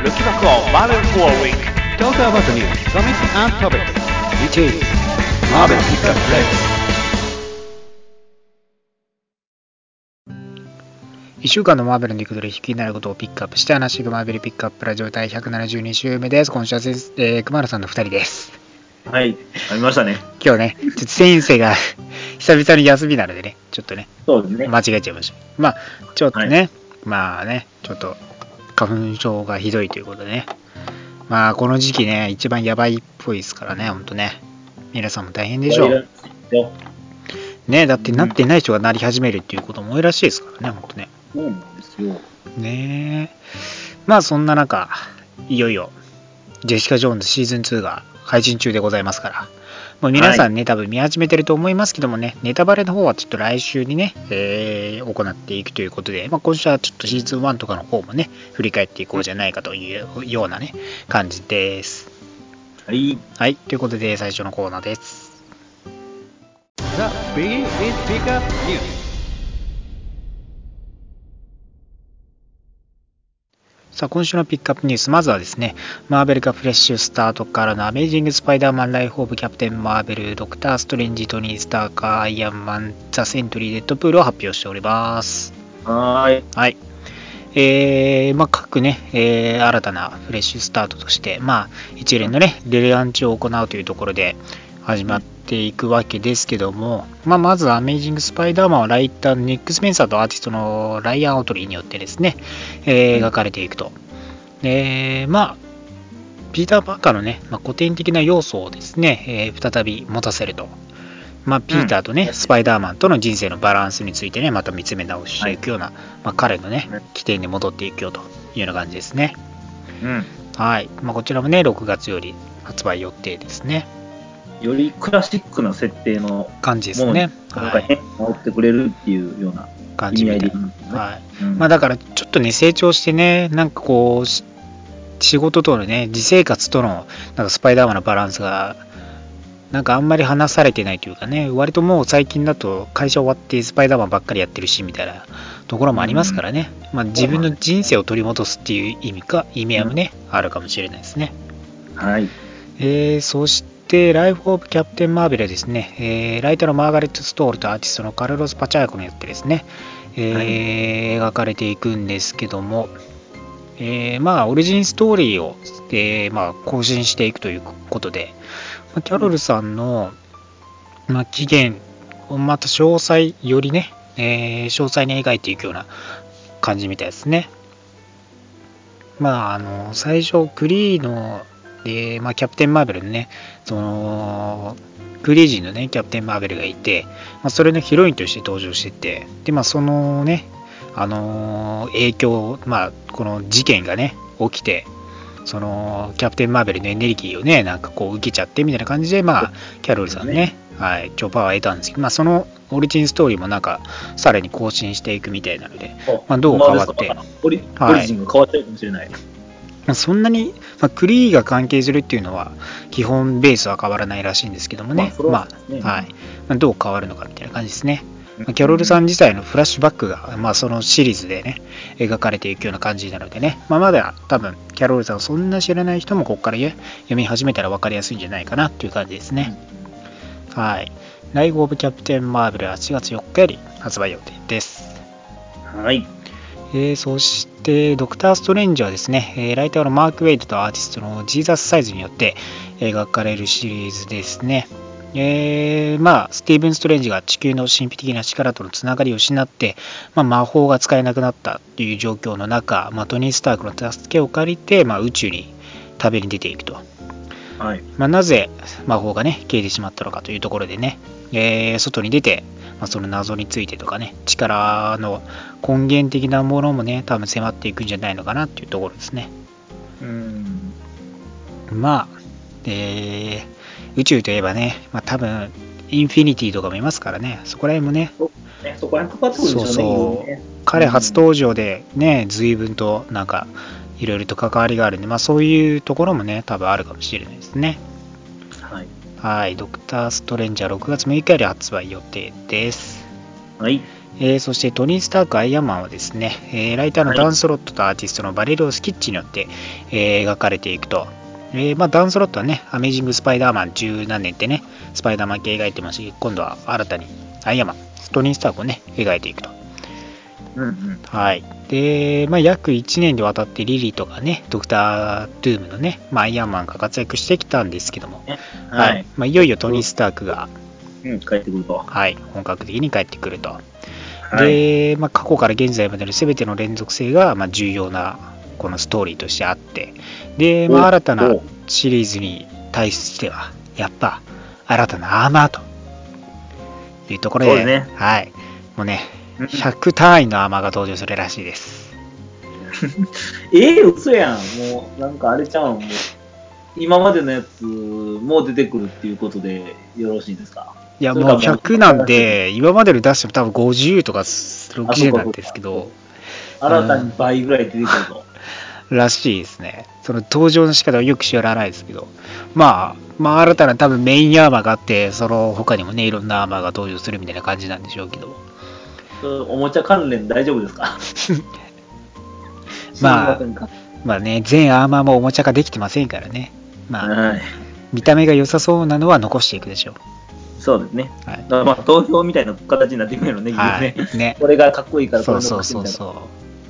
Looking back on Marvel for a week. Talk about the news, comics and topics. Which is Marvel Pickup Play. 1週間のマーベルの出来事で気になることをピックアップして話していくマーベルピックアップラジオ第172週目です。今週は熊原さんの2人です。 はい、ありましたね。 今日ね、ちょっと先生が久々に休みなのでね、ちょっとね、 そうですね。 間違えちゃいました。まあ、ちょっとね、 はい、 まあね、ちょっと花粉症がひどいということでね、まあこの時期ね、一番やばいっぽいですからね、ほんとね、皆さんも大変でしょう。ね、だってなってない人がなり始めるっていうことも多いらしいですからね、ほんとね。 そうなんですよ。 ねえ。まあそんな中、いよいよジェシカ・ジョーンズシーズン2が配信中でございますから、もう皆さんね、多分見始めてると思いますけどもね、ネタバレの方はちょっと来週にね、行っていくということで、まあ、今週はちょっとシーズン1とかの方もね、振り返っていこうじゃないかというようなね、感じです。 はい。 はい、ということで最初のコーナーです。 The Biggie is Pickup News. さあ今週のピックアップニュース、まずはですね、マーベルがフレッシュスタートからのアメイジングスパイダーマンライフオブキャプテンマーベル、ドクターストレンジ、トニースターカー、アイアンマン、ザ・セントリー、デッドプールを発表しております。 はい。 はい。まあ、各ね、新たなフレッシュスタートとして、まあ、一連のね、レレアンチを行うというところで始まっていくわけですけども、まあ、まずアメイジングスパイダーマンはライターのニック・スペンサーとアーティストのライアン・オートリーによってですね、描かれていくと。まあ、ピーター・パーカーのね、まあ、古典的な要素をですね、再び持たせると。まあ、ピーターとね、スパイダーマンとの人生のバランスについてね、また見つめ直していくような、まあ、彼のね、起点に戻っていくよというような感じですね。はい。まあ、こちらもね、6月より発売予定ですね。 よりクラシックな設定の感じですね。 なんか変化を持ってくれるっていうような感じみたいで、 ね。はい。まあ、だからちょっとね、成長してね、なんかこう、仕事とのね、実生活とのなんかスパイダーマンのバランスがなんかあんまり話されてないというかね、割ともう最近だと会社終わってスパイダーマンばっかりやってるしみたいなところもありますからね、まあ、自分の人生を取り戻すっていう意味合いもね、あるかもしれないですね。 はい。 そしてライフ・オブ・キャプテン・マーベルはですね、ライターのマーガレット・ストールとアーティストのカルロス・パチャーコによってですね、描かれていくんですけども、まあオリジンストーリーを、まあ、更新していくということで、キャロルさんの、まあ、起源をまた詳細よりね、詳細に描いていくような感じみたいですね。まあ最初クリーの、まあ、キャプテンマーベルのね、そのクリー人のねキャプテンマーベルがいて、まあ、それのヒロインとして登場してて、でまあそのね影響、まあこの事件がね起きて、そのキャプテンマーベルのエネルギーをねなんかこう受けちゃってみたいな感じで、まあキャロルさんね、はい、超パワーを得たんですけど、まあそのオリジンストーリーもなんかさらに更新していくみたいなので、まあ、どう変わって、 オリジンが変わっちゃうかもしれない。 そんなに、まあ、クリーが関係するっていうのは基本ベースは変わらないらしいんですけどもね、まあはい、まあ、どう変わるのかみたいな感じですね。キャロルさん自体のフラッシュバックが、まあ、そのシリーズでね描かれていくような感じなのでね、まあ、まだ多分キャロルさんをそんな知らない人もここから読み始めたら分かりやすいんじゃないかなっていう感じですね。はい。ライフ・オブ・キャプテン・マーベルは8月4日より発売予定です。 はい。 そしてドクター・ストレンジはですね、ライターのマーク・ウェイドとアーティストのジーザス・サイズによって描かれるシリーズですね。まあスティーブン・ストレンジが地球の神秘的な力とのつながりを失って、まあ、魔法が使えなくなったという状況の中、まあ、トニー・スタークの助けを借りて、まあ、宇宙に旅に出ていくと、 はい。 まあ、なぜ魔法がね消えてしまったのかというところでね、外に出て、まあ、その謎についてとかね、力の根源的なものもね多分迫っていくんじゃないのかなっていうところですね。まあ、宇宙といえばね、まあ、多分インフィニティとかもいますからね、そこら辺もね、 そこら辺かかってくるでしょうね。 そう彼初登場でね、随分となんかいろいろと関わりがあるんで、まあそういうところもね多分あるかもしれないですね。 はい。 はい、ドクターストレンジャー6月6日より発売予定です。 はい。 そしてトニー・スターク・アイアンマンはですね、ライターのダン・スロットとアーティストのバレリオ・スキッチによって、描かれていくと。ダン・スロットはね、アメイジング・スパイダーマン十何年ってね、スパイダーマン系描いてますし、今度は新たにアイアンマン、トニー・スタークをね、描いていくと。はい。で、約1年でわたってリリーとかね、ドクター・ドゥームのね、アイアンマンが活躍してきたんですけども、はい。いよいよトニー・スタークが、 帰ってくると。 はい。本格的に帰ってくると。で、過去から現在までの全ての連続性が、重要なこのストーリーとしてあって、で、新たなシリーズに対しては、やっぱ、新たなアーマーというところで、 ね、 はい。もうね、100単位のアーマーが登場するらしいです。 嘘やん。もう、なんかあれちゃうん。もう今までのやつも出てくるっていうことでよろしいですか？ いや、もう100なんで、今までの出しても多分50とか60なんですけど、 新たに倍ぐらい出てくると。 らしいですね。その登場の仕方はよく知らないですけど、新たな多分メインアーマーがあって、その他にもね、いろんなアーマーが登場するみたいな感じなんでしょうけど。 おもちゃ関連大丈夫ですか？ ね、全アーマーもおもちゃ化できてませんからね。見た目が良さそうなのは残していくでしょう。 そうですね。はい、投票みたいな形になってくるのね、ね。これがかっこいいからこれ残してみたいな。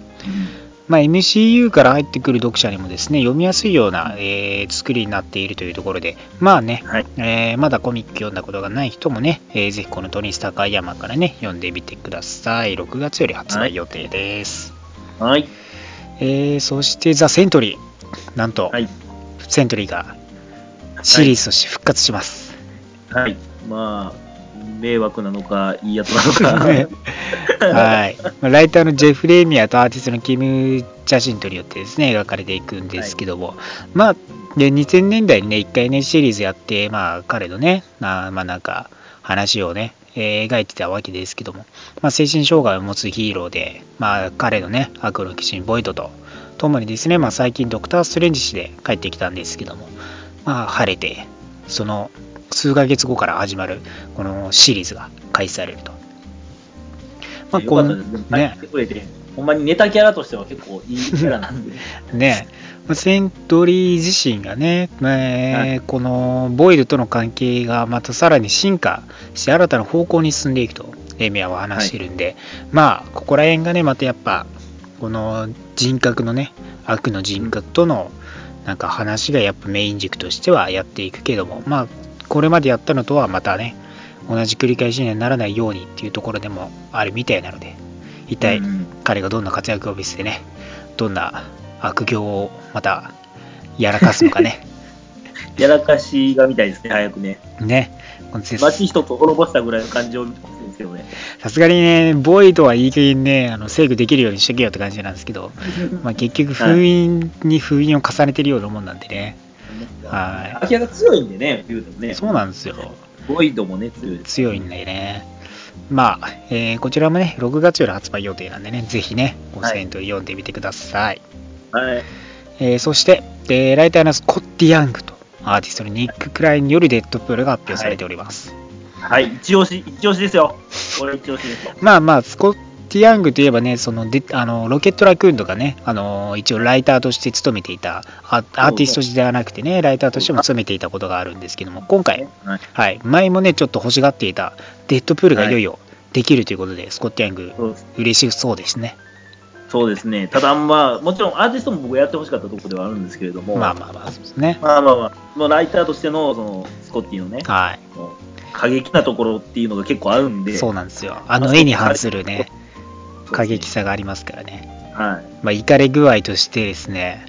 MCU から入ってくる読者にもですね、読みやすいような、作りになっているというところで、まだコミック読んだことがない人もね、ぜひこのトニー・スターク・アイアンマンからね、読んでみてください。6月より発売予定です。 はい。 そしてザ・セントリー。なんと、セントリーがシリーズとして復活します。 はい。迷惑なのか、いいやつなのか。 はい。ライターのジェフ・レイミアとアーティストのキム・チャシントによってですね、描かれていくんですけども、2000年代にね、1回ね、シリーズやって、彼のね、なんか、話をね、描いてたわけですけども、精神障害を持つヒーローで、彼のね、悪の化身、ボイドと共にですね、最近ドクター・ストレンジ氏で帰ってきたんですけども、晴れて、その、数ヶ月後から始まるこのシリーズが開始されると。 このね、ほんまにネタキャラとしては結構いいキャラなんでね。セントリー自身がね、このボイドとの関係がまたさらに進化して新たな方向に進んでいくとレミアは話してるんで、ここら辺がね、またやっぱこの人格のね、悪の人格とのなんか話がやっぱメイン軸としてはやっていくけども、これまでやったのとはまたね、同じ繰り返しにはならないようにっていうところでもあるみたいなので、一体彼がどんな活躍を見せてね、どんな悪行をまたやらかすのかね。 やらかしが見たいですね、早くね。 街一つ滅ぼしたぐらいの感じを見てほしいんですけどね。 さすがにね、ボイドはいい加減ね、制御できるようにしとけよって感じなんですけど、結局封印に封印を重ねてるようなもんなんでね。 アキラが強いんでね、言うてもね。 そうなんですよ。 ボイドもね、 強いんでね。こちらもね、6月より発売予定なんでね、ぜひね、セントリー読んでみてください。そして、ライターのスコッティ・ヤングとアーティストのニック・クラインによるデッドプールが発表されております。 一押しですよ。これ一押しですよ。 スコッティ・ヤングといえばね、ロケット・ラクーンとかね、一応ライターとして務めていたアーティストではなくてね、ライターとしても務めていたことがあるんですけども、今回、前もね、ちょっと欲しがっていたデッドプールがいよいよできるということで、スコッティ・ヤング、嬉しそうですね。 そうですね。ただもちろんアーティストも僕やってほしかったところではあるんですけれども、 そうですね。 ライターとしてのそのスコッティのね、過激なところっていうのが結構あるんで、 そうなんですよ。絵に反するね、過激さがありますからね。イカれ具合としてですね、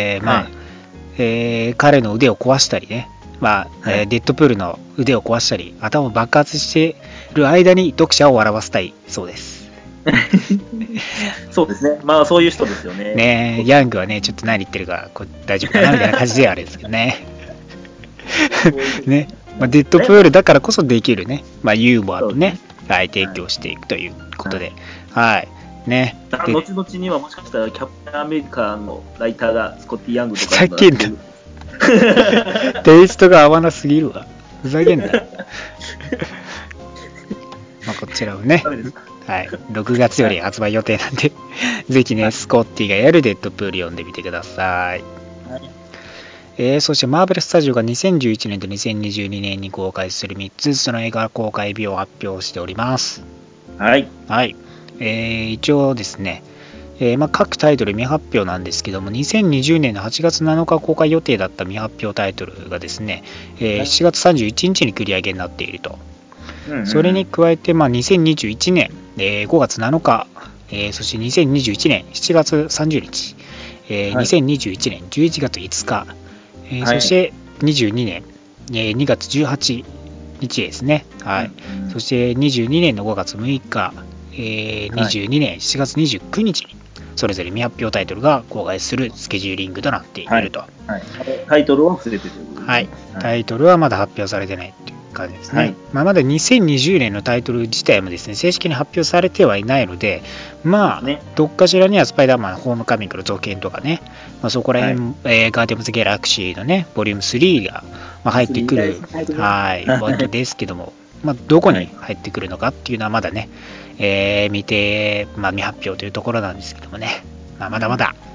彼の腕を壊したりね、デッドプールの腕を壊したり、頭を爆発している間に読者を笑わせたいそうです。 そうですね。そういう人ですよね。 ヤングはね、ちょっと何言ってるか大丈夫かなみたいな感じではあるんですけどね。デッドプールだからこそできるね、ユーモアとね、提供していくということで、ね。 後々にはもしかしたらキャプテンアメリカのライターがスコッティ・ヤングとか。 ふざけんな。テイストが合わなすぎるわ。ふざけんな。こちらをね、 はい、6月より発売予定なんでぜひね、スコッティがやるデッドプール読んでみてください。そしてマーベルスタジオが2011年と2022年に公開する3つその映画公開日を発表しております。 はい。 はい。一応ですね、各タイトル未発表なんですけども、2020年の8月7日公開予定だった未発表タイトルがですね、7月31日に繰り上げになっていると。それに加えて、2021年、5月7日、そして2021年7月30日、2021年11月5日、そして22年、2月18日ですね。はい。そして22年の5月6日、22年7月29日にそれぞれ未発表タイトルが公開するスケジューリングとなっていると。 タイトルは触れてる。 はい。タイトルはまだ発表されてないという感じですね。まだ2020年のタイトル自体もですね、正式に発表されてはいないので、どっかしらにはスパイダーマンホームカミングの続編とかね、そこら辺、ガーディアンズ・ギャラクシーのね、ボリューム3が入ってくるわけですけども、どこに入ってくるのかっていうのはまだね、未定、未発表というところなんですけどもね、まだまだ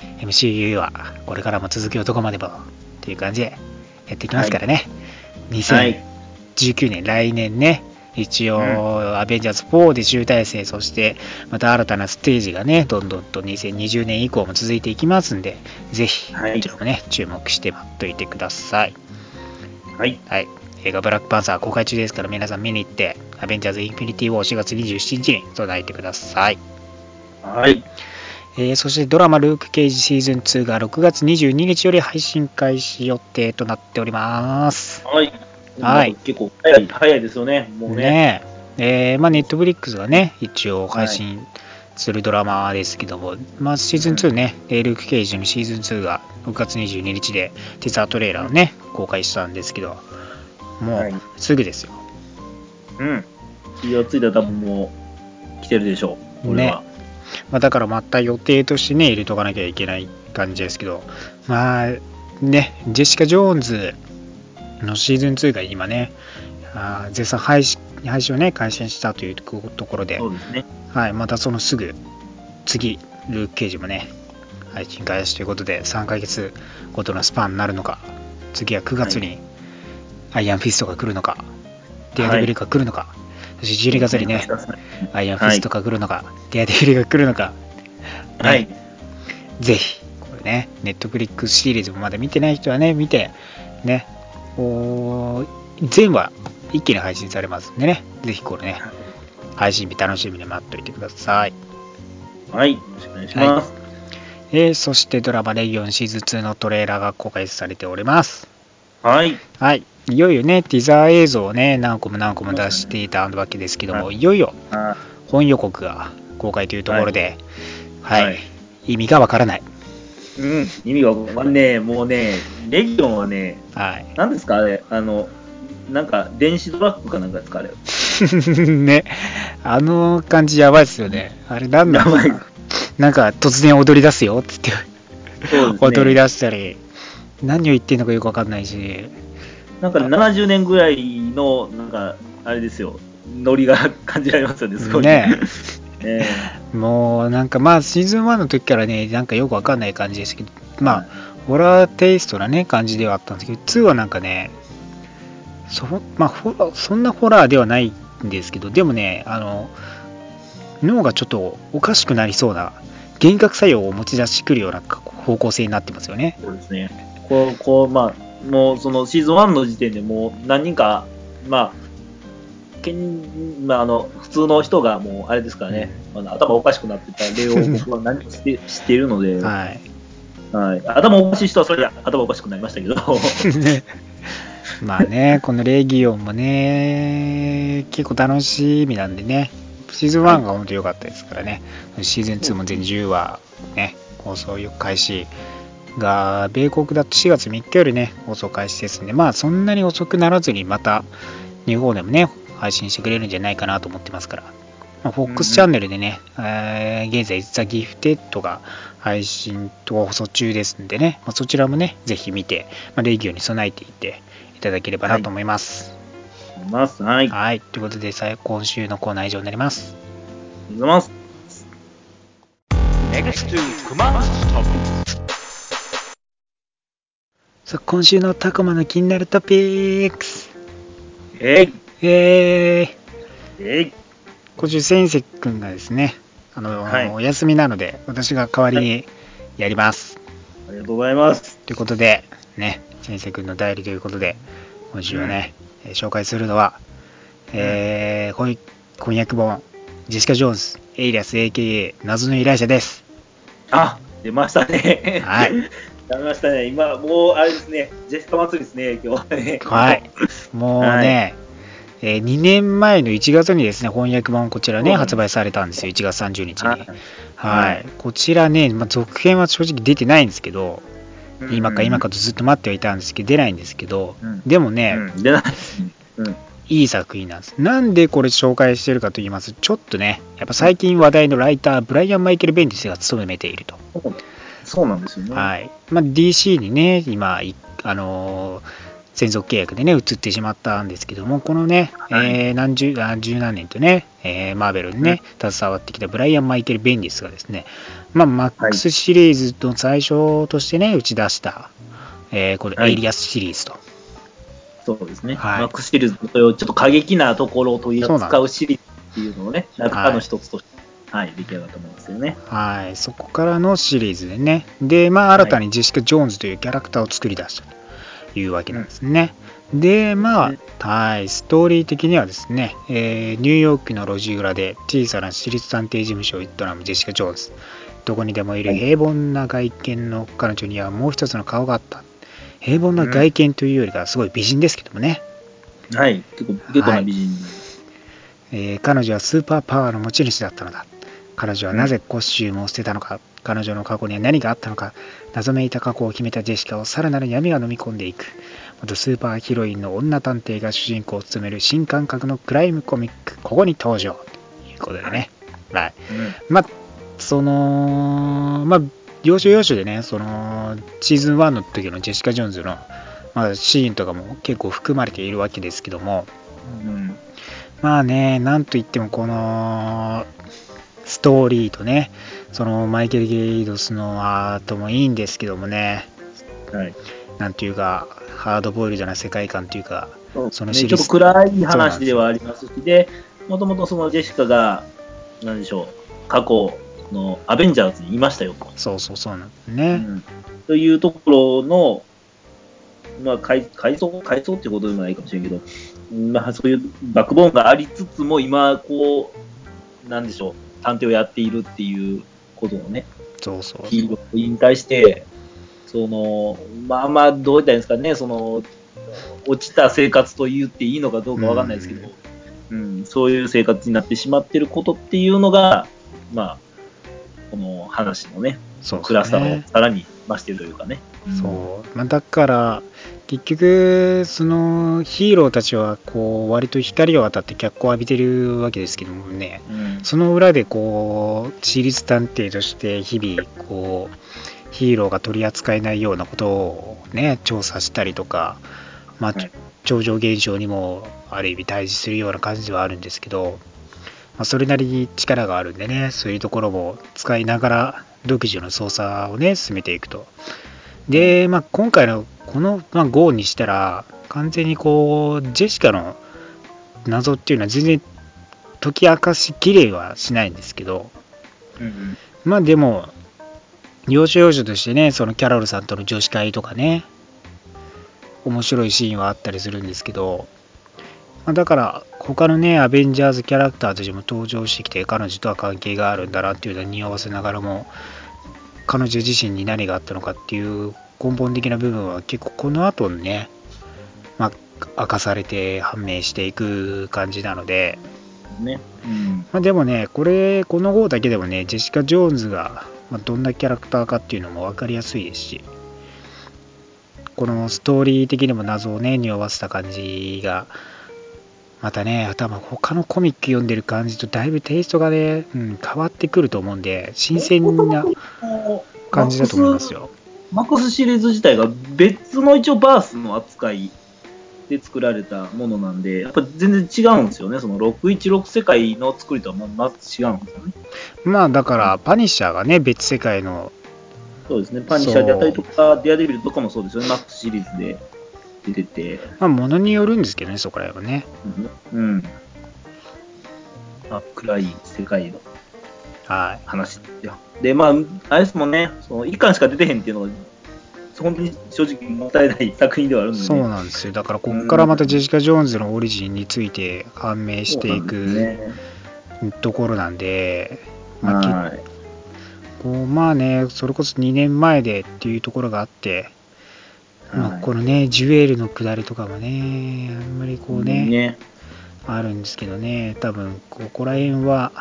MCU はこれからも続きをどこまでもっていう感じでやっていきますからね、2019年、来年ね、一応、アベンジャーズ4で集大成、そしてまた新たなステージがね、どんどんと2020年以降も続いていきますんで、ぜひ、こちらもね、注目して待っといてください。はい。映画ブラックパンサー公開中ですから、皆さん見に行って、アベンジャーズインフィニティウォー4月27日に備えてください。 はい。 そしてドラマルーク・ケイジシーズン2が6月22日より配信開始予定となっております。 はい。結構早いですよね、もうね。 ネットフリックスがね、一応配信するドラマですけども、シーズン2ね、ルーク・ケイジのシーズン2が6月22日でティザートレーラーをね、公開したんですけど、もうすぐですよ。 気がついたら多分もう来てるでしょう、これは。 だからまた予定としてね、入れとかなきゃいけない感じですけど、ジェシカ・ジョーンズのシーズン2が今ね、絶賛配信をね、開始したというところで、 そうですね。 またそのすぐ次、ルーク・ケイジもね、配信開始ということで、3ヶ月ごとのスパンになるのか、次は9月にアイアンフィストが来るのか、デアデビルが来るのか、そして12月にね、アイアンフィストが来るのか、デアデビルが来るのか、ぜひ、これね、ネットフリックスシリーズもまだ見てない人はね、見て、ね、全話一気に配信されますんでね、ぜひこれね、配信日楽しみに待っておいてください。 はい、よろしくお願いします。 そしてドラマレギオンシーズン2のトレーラーが公開されております。いよいよね、ティザー映像をね、何個も出していたわけですけども、いよいよ本予告が公開というところで、意味がわからない。 意味がわかんねえ。もうね、レギオンはね、何ですかあれ、なんか電子ドラッグかなんかですかあれ。 ね、あの感じやばいですよね。あれなんだろうな。なんか突然踊り出すよっつって、踊り出したり、何を言ってんのかよくわかんないし。 なんか70年ぐらいの、なんか、あれですよ、ノリが感じられますよね、すごい。 もうなんかシーズン1の時からね、なんかよくわかんない感じですけど、ホラーテイストなね、感じではあったんですけど、2はなんかね、そんなホラーではないんですけど、でもね、脳がちょっとおかしくなりそうな、幻覚作用を持ち出してくるような方向性になってますよね。 そうですね。もうそのシーズン1の時点でもう何人か、普通の人がもうあれですからね、頭おかしくなってた例を僕は何も知っているので、頭おかしい人はそれで頭おかしくなりましたけど。 このレギオンもね、結構楽しみなんでね、シーズン1が本当良かったですからね、シーズン2も全10話ね、放送開始が、米国だと4月3日よりね、放送開始ですんで、そんなに遅くならずにまた日本でもね、配信してくれるんじゃないかなと思ってますから、FOX チャンネルでね、現在ザ・ギフテッドが配信と放送中ですんでね、そちらもね、ぜひ見て、レギオンに備えていっていただければなと思います。ということで、今週のコーナー以上になります。 うございます。 Next to Kuma's Topics. さあ、今週のタコマの気になるトピックス。 えい今週先生くんがですね、 はいお休みなので私が代わりにやります、 ありがとうございます。 ということでね、先生くんの代理ということで今週はね、紹介するのは、翻訳本ジェシカ・ジョーンズエイリアス AKA 謎の依頼者です。 あ、出ましたね。 はい出ましたね。今もうあれですね、ジェシカ祭りですね、今日はね。 はいもうね、2年前の1月にですね、翻訳本こちらね、発売されたんですよ、1月30日に。はい。こちらね、続編は正直出てないんですけど、今かとずっと待ってはいたんですけど、出ないんですけど、でもね、 出ない。 いい作品なんです。なんでこれ紹介してるかと言いますと、ちょっとね、やっぱ最近話題のライター、ブライアン・マイケル・ベンディスが務めていると。 そうなんですよね。 はい。DC にね、今、専属契約でね、移ってしまったんですけども、このね、十何年とね、マーベルにね、携わってきたブライアン・マイケル・ベンディスがですね、マックスシリーズの最初としてね、打ち出した、このエイリアスシリーズと。 そうですね。マックスシリーズというちょっと過激なところを取り扱うシリーズっていうのをね、中の一つとして、出来上がったと思うんですよね。はい、 そこからのシリーズでね、で、新たにジェシカ・ジョーンズというキャラクターを作り出したというわけなんですね。で、ストーリー的にはですね、ニューヨークの路地裏で小さな私立探偵事務所を営むジェシカ・ジョーンズ。どこにでもいる平凡な外見の彼女にはもう一つの顔があった。平凡な外見というよりかはすごい美人ですけどもね。 はい、結構な美人。 彼女はスーパーパワーの持ち主だったのだ。彼女はなぜコスチュームを捨てたのか、彼女の過去には何があったのか、謎めいた過去を決めたジェシカをさらなる闇が飲み込んでいく。元スーパーヒロインの女探偵が主人公を務める新感覚のクライムコミック、ここに登場ということでね。要所要所でね、シーズン1の時のジェシカ・ジョーンズの、シーンとかも結構含まれているわけですけども、なんといってもこのストーリーとね、マイケル・ゲイドスのアートもいいんですけどもね、なんていうかハードボイルドな世界観というか、 そのシリーズちょっと暗い話ではありますし、でもともとそのジェシカが何でしょう、過去のアベンジャーズにいましたよと。 そうなんですね。 というところの、改造っていうことでもないかもしれんけど、そういうバックボーンがありつつも、今、なんでしょう、探偵をやっているっていうことをね、ヒーローに対して、どう言ったらいいんですかね、落ちた生活と言っていいのかどうかわかんないですけど、そういう生活になってしまっていることっていうのが、この話のね、暗さをさらに増しているというかね。 だから結局ヒーローたちは割と光を当たって脚光を浴びてるわけですけどもね、その裏で私立探偵として日々ヒーローが取り扱えないようなことをね調査したりとか、超常現象にもある意味対峙するような感じではあるんですけど、それなりに力があるんでね、そういうところも使いながら独自の捜査をね進めていくと。で、今回のこの、GO にしたら完全にジェシカの謎っていうのは全然解き明かしきれいはしないんですけど、でも要所要所としてね、そのキャロルさんとの女子会とかね、面白いシーンはあったりするんですけど、だから他のねアベンジャーズキャラクターたちも登場してきて、彼女とは関係があるんだなっていうのを匂わせながらも、彼女自身に何があったのかっていう根本的な部分は結構この後にね、明かされて判明していく感じなので、でもね、この号だけでもね、ジェシカ・ジョーンズがどんなキャラクターかっていうのも分かりやすいですし、このストーリー的にも謎をね匂わせた感じがまたね、他のコミック読んでる感じとだいぶテイストがね、変わってくると思うんで、新鮮な感じだと思いますよ。 マックスシリーズ自体が別の一応バースの扱いで作られたものなんで、やっぱ全然違うんですよね。その616世界の作りとはまず違うんですよね。 まあだからパニッシャーがね別世界のそうですね。パニッシャーであったりとか、デアデビルとかもそうですよね。マックスシリーズで出てて。 まあものによるんですけどね、そこら辺はね。 うん。暗い世界のはい話ですよ。で、まあ、あれですもんね、その1巻しか出てへんっていうのは、本当に正直もったいない作品ではあるんで、ね、 そうなんですよ。だからここからまたジェシカ・ジョーンズのオリジンについて判明していくところなんで、まあね、それこそ2年前でっていうところがあって、まあ、このね、ジュエルの下りとかもね、あんまりこうね、あるんですけどね、多分ここら辺は、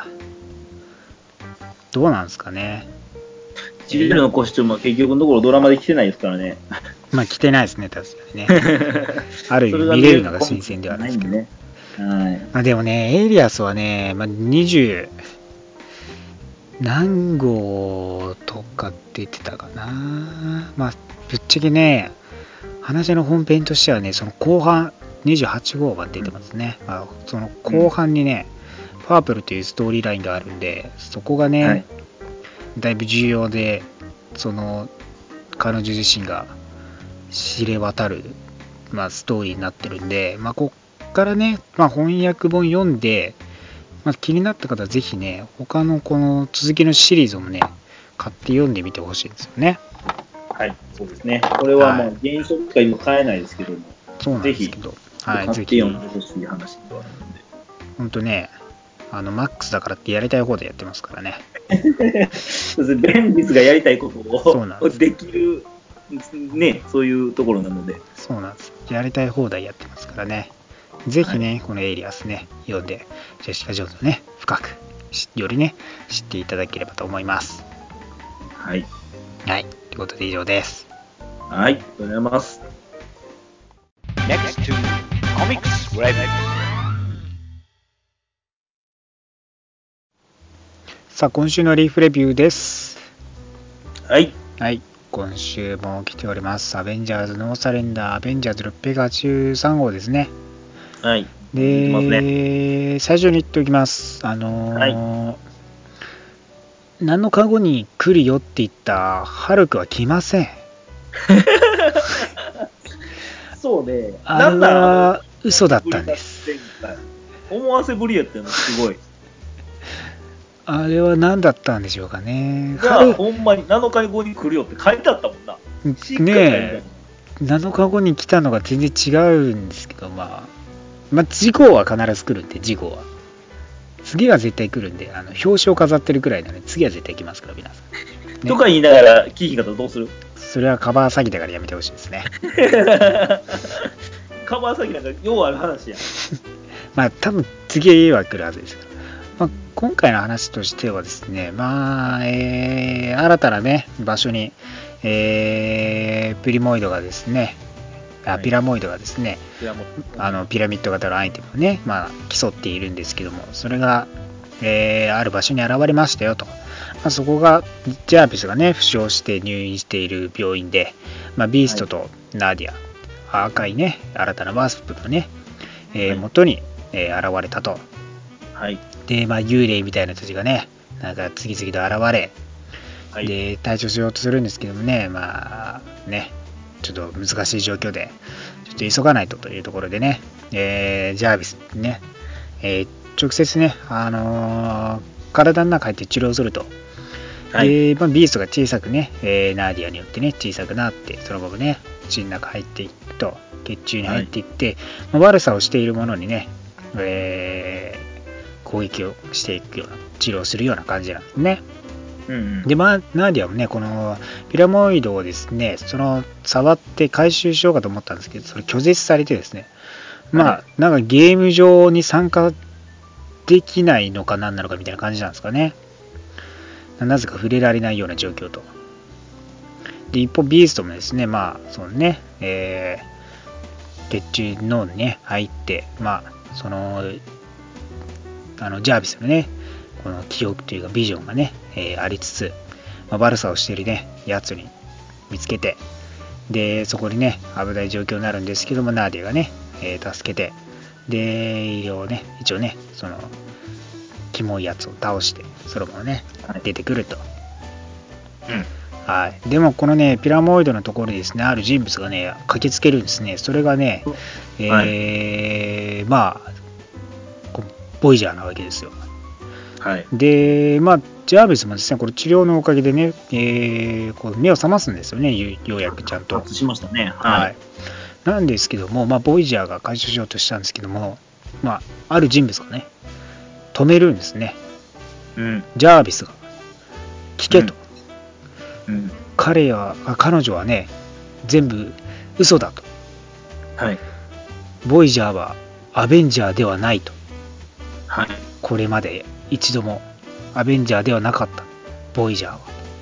どうなんですかね。 ジュエルのコスチュームは結局のところドラマで着てないですからね。 まあ着てないですね、確かにね。ある意味見れるのが新鮮ではあるんですけど。まあ、でもね、エイリアスはね、まあ、20何号とか出てたかな。まあ、ぶっちゃけね、話の本編としてはね、その後半、28号が出てますね。まあ、その後半にね、パープルというストーリーラインがあるんで、そこがね、だいぶ重要で、その彼女自身が知れ渡る、まあ、ストーリーになってるんで、まあ、こっからね、まあ、翻訳本読んで、まあ、気になった方はぜひね、他のこの続きのシリーズもね、買って読んでみてほしいんですよね。 はい、そうですね。これはまあ、現象しか今買えないですけども、 そうなんですけど、 買って読んでほしい話ではあるので。 本当ね、マックスだからってやりたい方でやってますからね。 ベンディスがやりたいことをできる、ね、そういうところなので。 そうなんです。やりたい放題やってますからね。ぜひね、このエイリアスね、読んで、ジェシカ・ジョーンズをね、深く、よりね、知っていただければと思います。 はい。 はい。ということで以上です。 はい。ありがとうございます。 Next to Comics Review。 さあ、今週のリーフレビューです。 はい。 はい。今週も来ております。アベンジャーズノーサレンダー、アベンジャーズ683号ですね。 はい。 で、最初に言っておきます。7日後に来るよって言ったハルクは来ません。 そうね。 あれは嘘だったんです。 思わせぶりやったの、すごい。 あれは何だったんでしょうかね。 ほんまに7日後に来るよって書いてあったもんな。 ねえ、7日後に来たのが全然違うんですけど、まあ、次号は必ず来るんで、次号は。次は絶対来るんで、表紙を飾ってるくらいなので、次は絶対来ますから、皆さん。 とか言いながら、聞いひんかったらどうする？ それはカバー詐欺だからやめてほしいですね。 カバー詐欺なんかようある話やん。 まあ、多分次は来るはずですから。まあ、今回の話としてはですね、まあ、新たなね、場所に、ピラモイドがですね、ピラモイドがですね、ピラミッド型のアイテムをね、まあ、競っているんですけども、それが、ある場所に現れましたよと。まあ、そこが、ジャービスがね、負傷して入院している病院で、まあ、ビーストとナディア、赤いね、新たなワスプのね、元に、現れたと。 はい。 で、まあ、幽霊みたいな人たちがね、なんか次々と現れ、で、対処しようとするんですけどもね、まあ、ね、ちょっと難しい状況で、ちょっと急がないとというところでね、ジャービスね、直接ね、体の中入って治療すると。で、まあ、ビーストが小さくね、ナーディアによってね、小さくなって、そのままね、血の中入っていくと、血中に入っていって、まあ、悪さをしているものにね、攻撃をしていくような、治療するような感じなんですね。で、まあ、ナーディアもね、このピラモイドをですね、触って回収しようかと思ったんですけど、それ拒絶されてですね、まあ、なんかゲーム上に参加できないのか何なのかみたいな感じなんですかね。なぜか触れられないような状況と。で、一方、ビーストもですね、まあ、そのね、血中脳にね、入って、まあ、ジャービスのね、この記憶というかビジョンがね、ありつつ、まあ、悪さをしているね、やつに見つけて、で、そこにね、危ない状況になるんですけども、ナーディアがね、 助けて、で、一応ね、その、キモいやつを倒して、それもね、出てくると。はい。でも、このね、ピラモイドのところにですね、ある人物がね、駆けつけるんですね。それがね、まあ、ボイジャーなわけですよ。 はい。 で、まあ、ジャービスもですね、これ治療のおかげでね、こう目を覚ますんですよね、ようやくちゃんと。 復活しましたね。 はい。なんですけども、まあ、ボイジャーが解消しようとしたんですけども、まあ、ある人物がね、止めるんですね。ジャービスが。聞けと。彼女はね、全部嘘だと。 はい。 ボイジャーはアベンジャーではないと。 はい。 これまで一度もアベンジャーではなかったボイジャー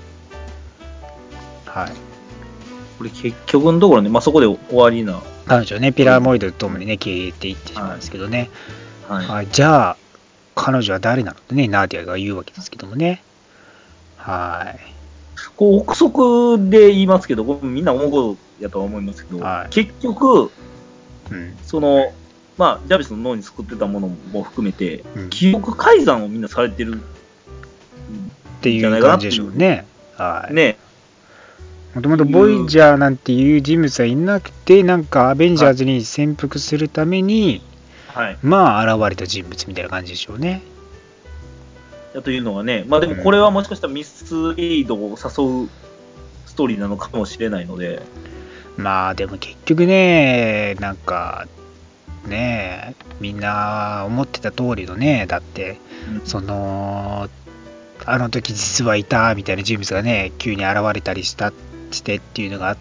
は。はい。 これ結局のところね、まあ、そこで終わりな。 彼女はね、ピラモイドともにね、消えていってしまうんですけどね。はい。じゃあ、彼女は誰なのってね、ナーディアが言うわけですけどもね。はい。 こう、憶測で言いますけど、みんな思うことやとは思いますけど、結局、その、まあ、ジャビスの脳に作ってたものも含めて、記憶改ざんをみんなされてるっていう感じでしょうね。はい。 ね。 もともとボイジャーなんていう人物はいなくて、なんかアベンジャーズに潜伏するために、まあ現れた人物みたいな感じでしょうね。 というのがね、まあでもこれはもしかしたらミスリードを誘うストーリーなのかもしれないので。 まあでも結局ね、なんかね、みんな思ってた通りのね、だって、そのあの時実はいたみたいな人物がね、急に現れたりしてっていうのがあって、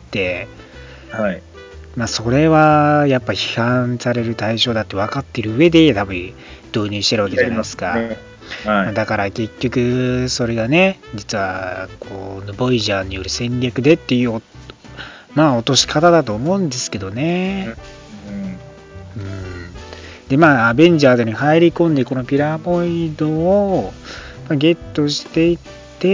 はい。 まあそれはやっぱ批判される対象だって分かってる上で多分導入してるわけじゃないですか。だから結局それがね、実はこうボイジャーによる戦略でっていうまあ落とし方だと思うんですけどね。でまあアベンジャーズに入り込んでこのピラモイドをゲットしていって、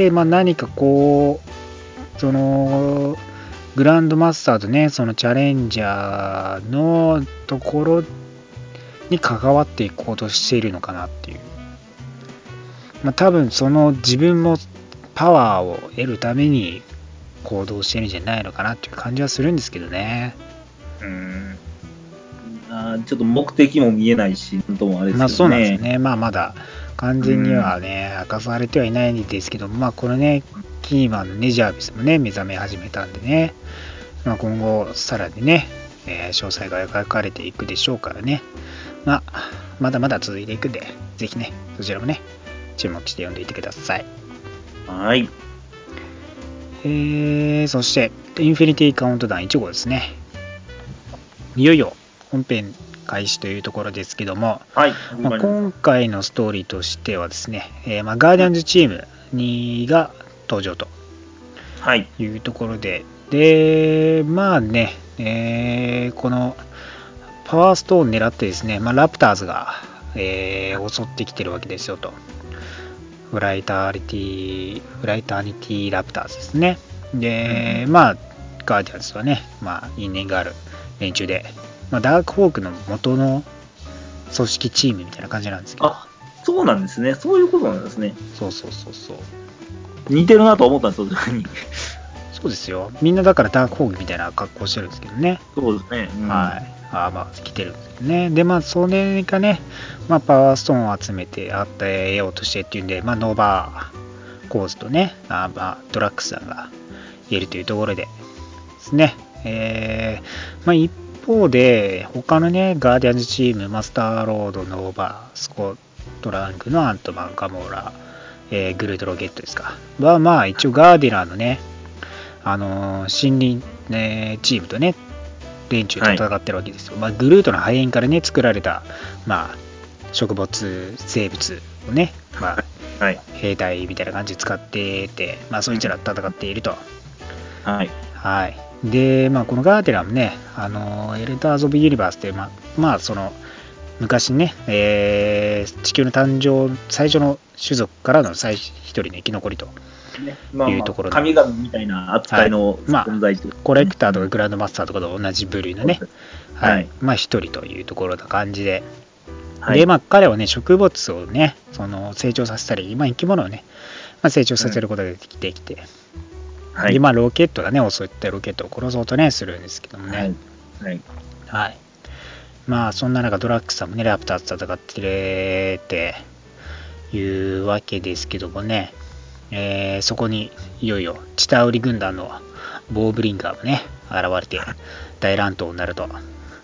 まあ、何かこうそのグランドマスターとね、そのチャレンジャーのところに関わっていこうとしているのかなっていう。まあ、多分その自分もパワーを得るために行動してるんじゃないのかなっていう感じはするんですけどね。 ちょっと目的も見えないし、なんともあれですけどね。 まあそうなんですよね。まあまだ完全にはね、明かされてはいないんですけど、まあこのね、キーマンのね、ジャービスもね、目覚め始めたんでね、まあ今後さらにね、詳細が描かれていくでしょうからね。まあ、まだまだ続いていくんで、ぜひね、そちらもね、注目して読んでいてください。 はい。 そして、インフィニティカウントダウン1号ですね。いよいよ本編開始というところですけども、まあ、今回のストーリーとしてはですね、まあ、ガーディアンズチーム2が登場というところで、で、まあね、このパワーストーンを狙ってですね、まあ、ラプターズが、襲ってきてるわけですよと。フライターニティラプターズですね。で、まあ、ガーディアンズはね、まあ、因縁がある連中で、まあ、ダークホークの元の組織チームみたいな感じなんですけど。 あ、そうなんですね。そういうことなんですね。 そう。 似てるなと思ったんですよ、 そうですよ。みんなだからダークホークみたいな格好してるんですけどね。 そうですね。 はい。まあ、来てるんですけどね。で、まあ、それがね、まあ、パワーストーンを集めて、得ようとしてっていうんで、まあ、ノーバーコーズとね、まあ、ドラッグさんがいるというところでですね。まあ、一方で、他のね、ガーディアンズチーム、マスターロード、ノーバー、スコットランクのアントマン、ガモーラ、グルートロケットですか。は、まあ、一応ガーディラーのね、森林、チームとね、連中と戦ってるわけですよ。まあ、グルートの肺炎からね、作られた、まあ、植物、生物をね、まあ、兵隊みたいな感じで使ってて、まあ、そいつら戦っていると。で、まあ、このガーデラもね、エルダーズ・オブ・ユニバースって、まあ、その、 昔ね、地球の誕生最初の種族からの一人の生き残りというところで、 神々みたいな扱いの存在という、 コレクターとかグランドマスターとかと同じ部類のね、一人というところな感じで、で彼はね植物をね成長させたり、生き物をね、成長させることができて、でロケットがね襲ってロケットを殺そうとねするんですけどもね、そんな中ドラッグさんもねラプターと戦っていうわけですけどもね、そこにいよいよチタウリ軍団のボーブリンガーもね現れて大乱闘になると。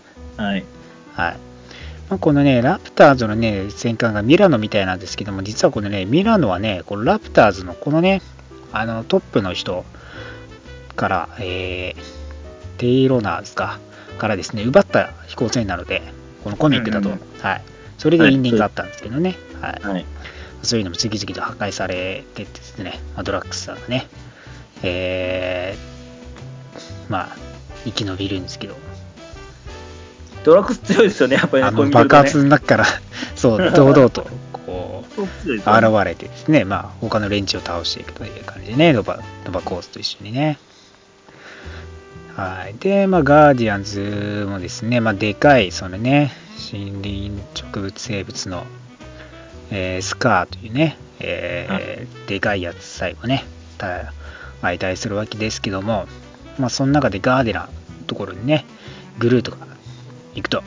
このねラプターズのね戦艦がミラノみたいなんですけども、実はこのねミラノはねこのラプターズのこのねトップの人から、テイロナーズからですね奪った飛行船なので、このコミックだと、それで因縁があったんですけどね、そういうのも次々と破壊されてですね、ドラッグスさんがね、生き延びるんですけど、 ドラッグス強いですよね、やっぱりね。 爆発の中からそう堂々とこう現れてですね、他の連中を倒していくという感じでね、ノバコースと一緒にね。で、ガーディアンズもですね、でかいそのね森林植物生物の、スカーというね、でかいやつ最後ね相対するわけですけども、その中でガーディアンのところにねグルートが行くと。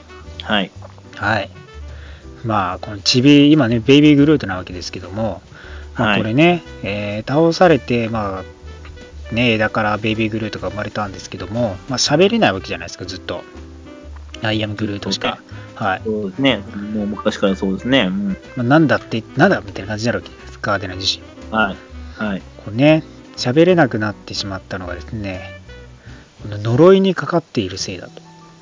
このチビ今ねベイビーグルートなわけですけども、これね、倒されて枝からベイビーグルートが生まれたんですけども、喋れないわけじゃないですか、ずっとアイアムグルートしか。 そうですね、もう昔からそうですね。 なんだみたいな感じになるわけです、ガーデナ自身。これね喋れなくなってしまったのがですね、この呪いにかかっているせいだと。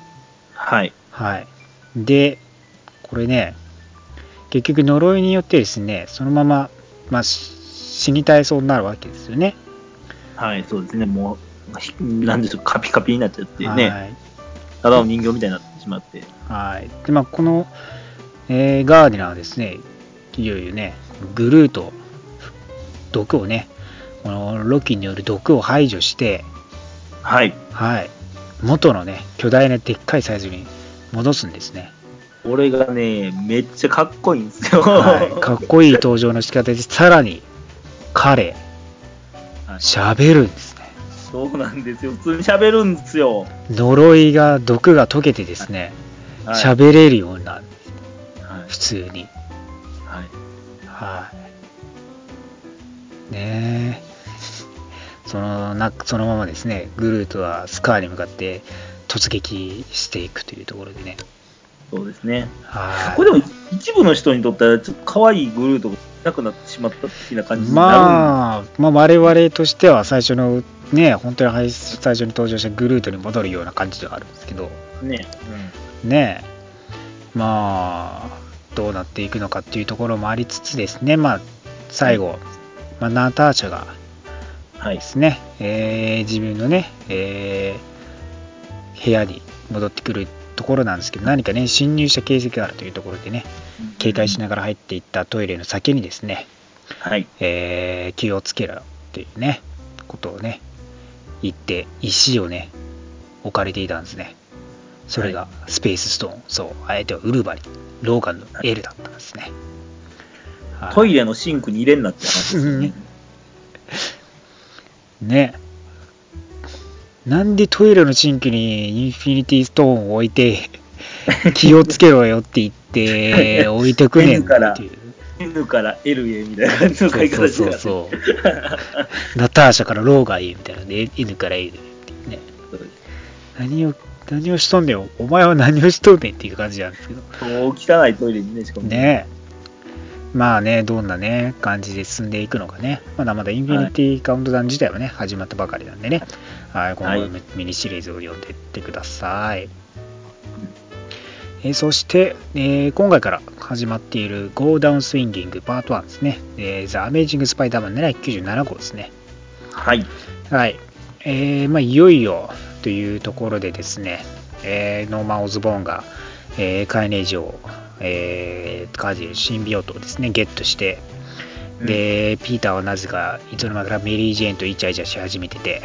でこれね結局呪いによってですねそのまま、死に絶えそうになるわけですよね。 そうですね、もうなんでしょう、カピカピになっちゃってね、ただの人形みたいになってしまって、でこの、ガーディナーはですねいよいよねグルート毒をねこのロキによる毒を排除して、元のね巨大なでっかいサイズに戻すんですね。 これがねめっちゃかっこいいんですよ。 かっこいい登場の仕方で、さらに彼喋るんですね。 そうなんですよ、普通に喋るんですよ。 呪いが毒が溶けてですね喋れるようになるんです、普通に。ねえそのままですねグルートはスカーに向かって突撃していくというところでね。 そうですね。これでも一部の人にとってはちょっと可愛いグルートがなくなってしまった的な感じになる我々としては最初のね本当に最初に登場したグルートに戻るような感じではあるんですけどね、どうなっていくのかっていうところもありつつですね、最後、ナターシャがですね、自分のね、部屋に戻ってくるところなんですけど、何かね侵入した形跡があるというところでね警戒しながら入っていったトイレの先にですね、気をつけろっていうねことをね言って石をね置かれていたんですね。それがスペースストーン、相手はウルバリン、ローガンのエルだったんですね。 トイレのシンクに入れんなって話ですね。 なんでトイレのシンクにインフィニティストーンを置いて気をつけろよって言って置いてくねんっていう。 N から L へみたいな感じの書き方してた。 ナターシャからローガンへみたいなで N から L へっていうね。何をしとんねん、お前は何をしとんねんっていう感じなんですけど。 汚いトイレにね、しかもね。どんなね感じで進んでいくのかね、まだまだインフィニティカウントダウン自体はね始まったばかりなんでね、今後ミニシリーズを読んでいってください。そして、今回から始まっている Go Down Swinging Part 1ですね、The Amazing Spider-Man 797号ですね。いよいよというところでですね、ノーマン・オズボーンが、 カーネージを、カージのシンビオートをですねゲットして、でピーターはなぜかいつの間にかメリー・ジェーンとイチャイチャし始めてて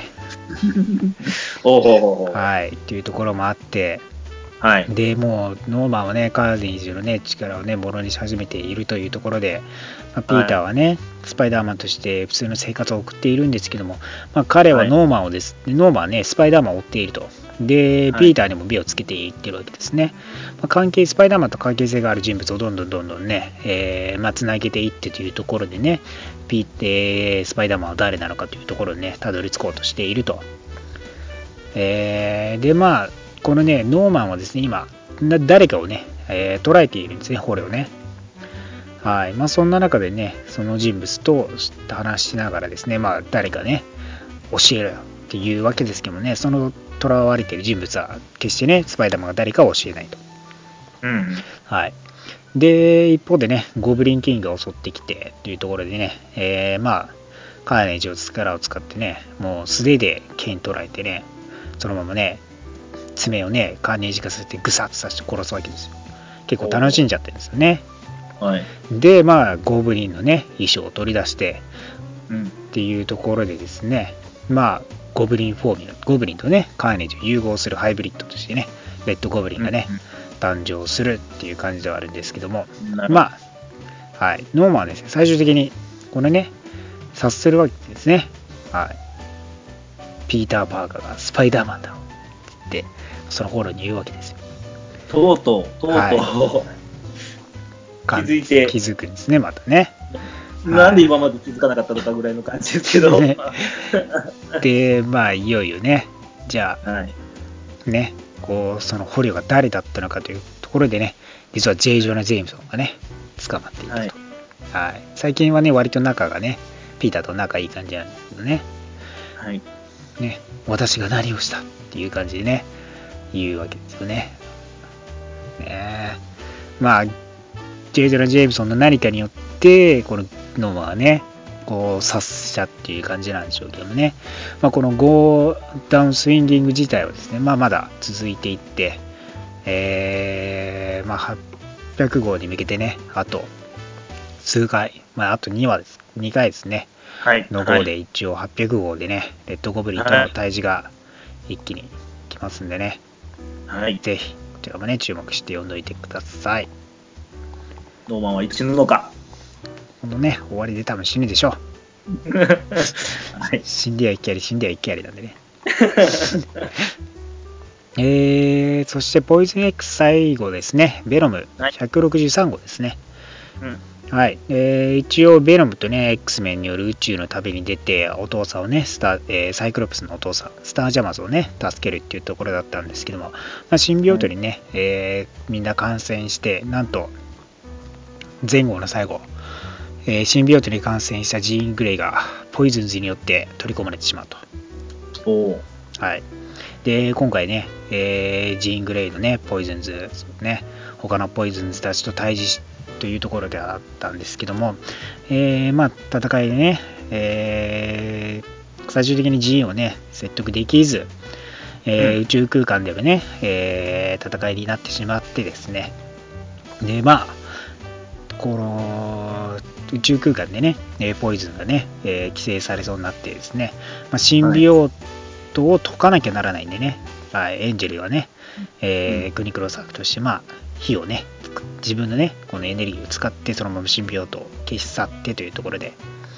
はいっていうところもあって、はい、でもうノーマンはねカーネージのね力をねものにし始めているというところで、ピーターはね、スパイダーマンとして普通の生活を送っているんですけども、彼はノーマンをノーマンはねスパイダーマンを追っていると。でピーターにも目をつけていってるわけですね。スパイダーマンと関係性がある人物をどんどんね、つなげていってというところでね、スパイダーマンは誰なのかというところにねたどり着こうとしていると。でこのねノーマンはですね今誰かをね、捉えているんですね、捕虜をね。はい、そんな中でねその人物と話しながらですね、誰かね教えろよっていうわけですけどもね、その囚われている人物は決してねスパイダーマンが誰かを教えないと。はい。で一方でねゴブリンキングが襲ってきてというところでね、カーネージを力を使ってねもう素手で剣捉えてねそのままね爪をねカーネージ化させてグサッと刺して殺すわけですよ。結構楽しんじゃってるんですよね。はい、でゴブリンのね衣装を取り出して、っていうところでですねゴブリンとねカーネージを融合するハイブリッドとしてねレッドゴブリンがね、誕生するっていう感じではあるんですけども、はい、ノーマンはですね最終的にこれね察するわけですね。はい、ピーター・パーカーがスパイダーマンだってその頃に言うわけですよ。 とうとう、はい、気づくんですね、またね。 なんで今まで気づかなかったのかぐらいの感じですけど。 で、いよいよね、じゃあ、ね、その捕虜が誰だったのかというところでね、実は J. ジョナ・ジェームソンがね、捕まっていたと。はい、最近はね、割と仲がね、ピーターと仲いい感じなんですけどね。はい。ね、私が何をしたっていう感じでね、言うわけですよね。J. ジョナ・ジェームソンの何かによってこのノーマンはね察したっていう感じなんでしょうけどもね、このゴーダウンスインギング自体はですね、まだ続いていって、800号に向けてねあと数回、あと2回ですね、の号で一応800号でねレッドゴブリンとの対峙が一気に来ますんでね、ぜひこちらもね注目して読んどいてください。 ノーマンはいつ死ぬのか。 このね終わりで多分死ぬでしょう。はい、死んでは一回やりなんでね。そしてポイズン X 最後ですね、ベノム163号ですね。はい、一応ベノムとね X メンによる宇宙の旅に出てお父さんをねサイクロプスのお父さんスタージャマズをね助けるっていうところだったんですけども、シンビオートにね、みんな感染してなんと前後の最後、シンビオートに感染したジーン・グレイがポイズンズによって取り込まれてしまうと。はい、で今回ね、ジーン・グレイのねポイズンズね他のポイズンズたちと対峙というところであったんですけども、戦いでね、最終的にジーンをね説得できず、宇宙空間ではね、戦いになってしまってですね、でこの宇宙空間でねポイズンがね、規制されそうになってですね、シンビオートを解かなきゃならないんでね、エンジェルはね、グニクロ作として火をね自分のねこのエネルギーを使ってそのままシンビオートを消し去ってというところで、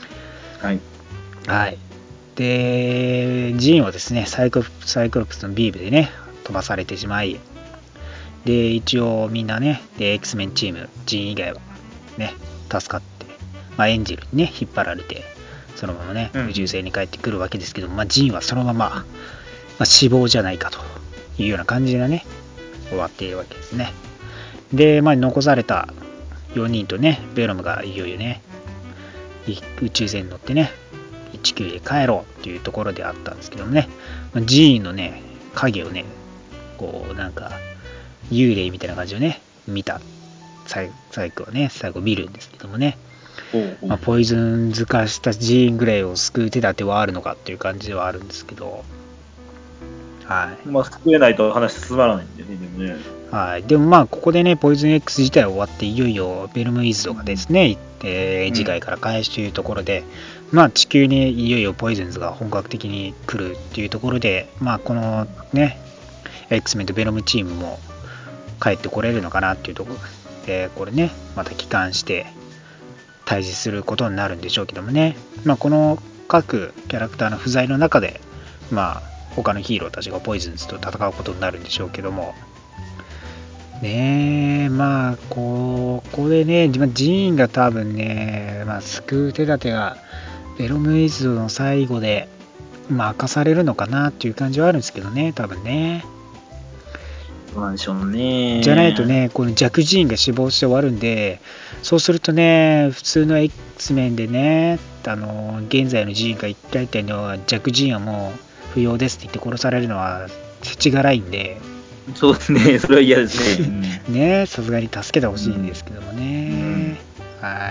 でジーンはですねサイクロプスのビームでね飛ばされてしまい、で一応みんなね X メンチームジーン以外はね助かって、エンジェルにね引っ張られてそのままね宇宙船に帰ってくるわけですけども、ジーンはそのまま、死亡じゃないかというような感じでね終わっているわけですね。で、残された4人とねベノムがいよいよね宇宙船に乗ってね地球へ帰ろうというところであったんですけどもね、ジーンのね影をねなんか幽霊みたいな感じをね見たサイクはね最後見るんですけどもね、ポイズンズ化したジーン・グレイを救う手立てはあるのかっていう感じではあるんですけど、 はい。 まあ、救えないと話進まないんでね、でもね。 はい。でもまあ、ここでね、ポイズン X 自体終わって、いよいよベルムイズドがですね、次回から開始というところで、まあ、地球にいよいよポイズンズが本格的に来るっていうところで、まあ、このね、X メンとベノムチームも帰ってこれるのかなっていうところで、これね、また帰還して対峙することになるんでしょうけどもね、まあ、この各キャラクターの不在の中で、まあ、他のヒーローたちがポイズンズと戦うことになるんでしょうけども、ねえ、まあ、ここでね、ジーンが多分ね、まあ、救う手立てがベロムイズドの最後で、まあ、明かされるのかなっていう感じはあるんですけどね、多分ね。 どうなんでしょうね。 じゃないとね、この弱ジーンが死亡して終わるんで、そうするとね、普通の X メンでね、現在のジーンが言っていたのは、弱ジーンはもう不要ですって言って殺されるのは世知辛いんで、 そうですね、それは嫌ですね。 ね、さすがに助けてほしいんですけどもね。はい。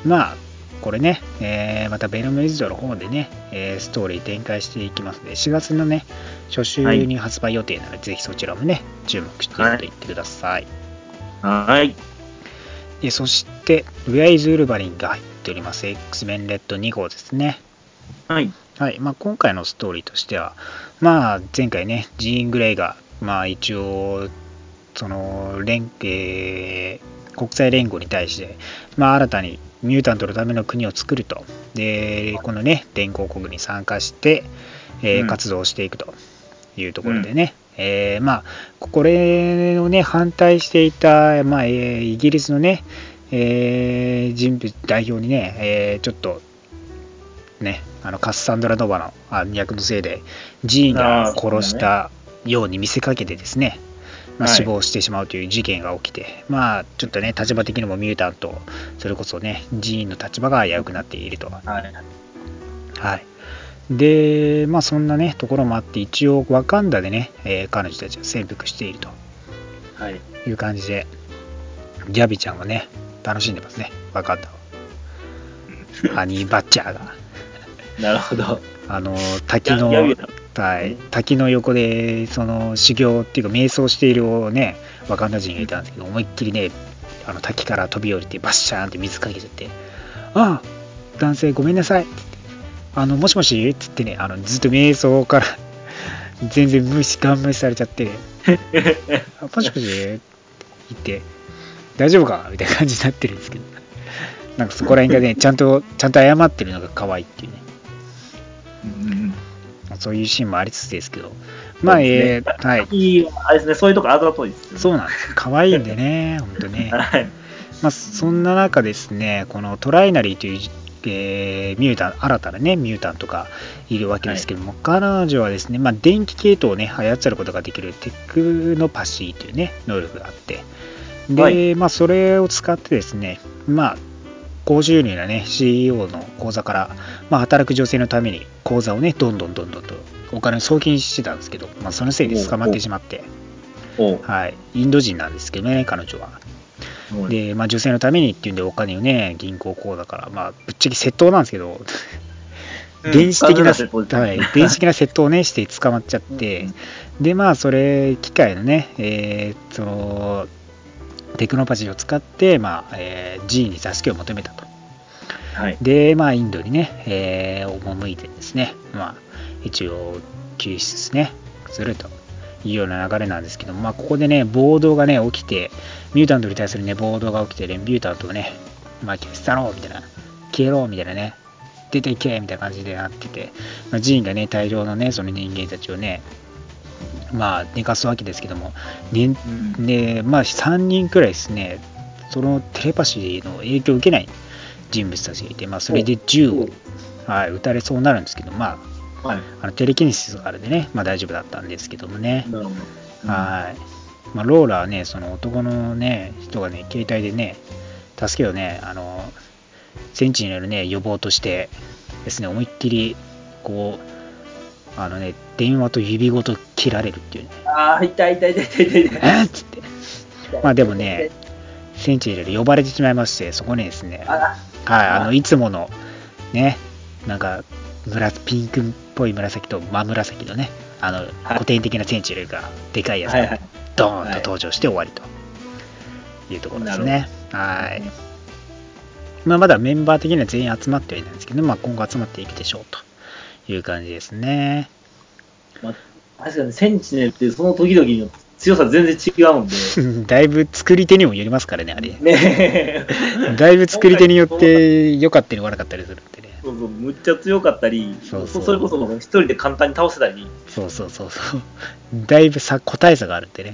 まあ、これね、またベルムイズドの方でね、ストーリー展開していきますので、4月のね、初週に発売予定なので、ぜひそちらもね、注目していってください。 はい。 でそして、ウェアイズ・ウルヴァリンが入っております、X メンレッド2号ですね。 はい。 はい。まあ、今回のストーリーとしては、まあ、前回ね、ジーン・グレイが、まあ、一応、その国際連合に対して、まあ、新たにミュータントのための国を作ると。で、このね、連合国に参加して、活動していくというところでね、まあ、これをね、反対していた、まあイギリスのね、人物代表にね、ちょっと、ね、カッサンドラ・ノバの役のせいでジーンが殺したように見せかけてですね、まあ、死亡してしまうという事件が起きて、まあちょっとね、立場的にもミュータント、それこそね、ジーンの立場が危うくなっていると。はい。で、まあそんなね、ところもあって、一応ワカンダでね、彼女たちは潜伏しているという感じで、ギャビちゃんはね、楽しんでますね、ワカンダを。ハニーバッチャーが。 なるほど。 滝の横でその修行っていうか瞑想しているね、ワカンダ人がいたんですけど、思いっきりね、滝から飛び降りてバッシャーンって水かけちゃって、ああ男性ごめんなさいって言って、もしもしって言ってね、ずっと瞑想から全然ガン無視されちゃって、もしもしって言って大丈夫かみたいな感じになってるんですけど、なんかそこら辺がね、ちゃんと謝ってるのが可愛いっていうね、そういうシーンもありつつですけど、まあ、はい。 あれですね、そういうとこあざといですよね。 そうなんです。可愛いんでね、本当ね。 はい。 まあ、そんな中ですね、このトライナリーという、ミュータン、新たなね、ミュータンとかいるわけですけども、彼女はですね、まあ、電気系統をね、操ることができるテクノパシーというね、能力があって、で、まあ、それを使ってですね、まあ、高収入なね CEO の口座から、まあ、働く女性のために口座をねどんどんとお金を送金してたんですけど、まあ、そのせいで捕まってしまって、はい、インド人なんですけどね、彼女は。で、まあ、女性のためにっていうんでお金をね銀行口座から、まあ、ぶっちゃけ窃盗なんですけど、電子的な窃盗をねして捕まっちゃって、でまあそれ機械のね、そのテクノパシーを使って、まあG に助けを求めたと。で、まあ、インドにね、赴いてですね、まあ、一応救出ですね、するというような流れなんですけども、まあ、ここでね、暴動がね、起きて、ミュータントに対するね、暴動が起きて、ミュータントをね、まあ、消したろうみたいな、消えろみたいなね、出ていけみたいな感じでなってて、まあ、ジーンがね、大量のね、その人間たちをね、まあ、寝かすわけですけども、で、まあ、3人くらいですね、そのテレパシーの影響を受けない人物たちがいて、まあ、それで銃を、撃たれそうになるんですけど、まあ、テレキネシスがあるんでね、まあ、大丈夫だったんですけどもね。まあ、ローラはね、その男のね、人がね、携帯でね、助けをね、センチネルね、呼ぼうとしてですね、思いっきり、こう、電話と指ごと切られるっていうね。 痛い。 っつって。まあでもね、センチネル呼ばれてしまいまして、そこにですね、いつものね、なんかピンクっぽい紫と真紫のね、 古典的なセンチュレルがでかいやつがはいはい。 ドーンと登場して終わりというところですね。はい。まあ、まだメンバー的には全員集まってはいないんですけど、まあ、今後集まっていくでしょうという感じですね。 まあ、確かにセンチネルってその時々の強さ全然違うんで。 だいぶ作り手にもよりますからね、あれ。 ねだいぶ作り手によって良かったり悪かったりするってね。 そうそう、むっちゃ強かったり、 そうそうそれこそ一人で簡単に倒せたり。 そう。だいぶ個体差があるってね。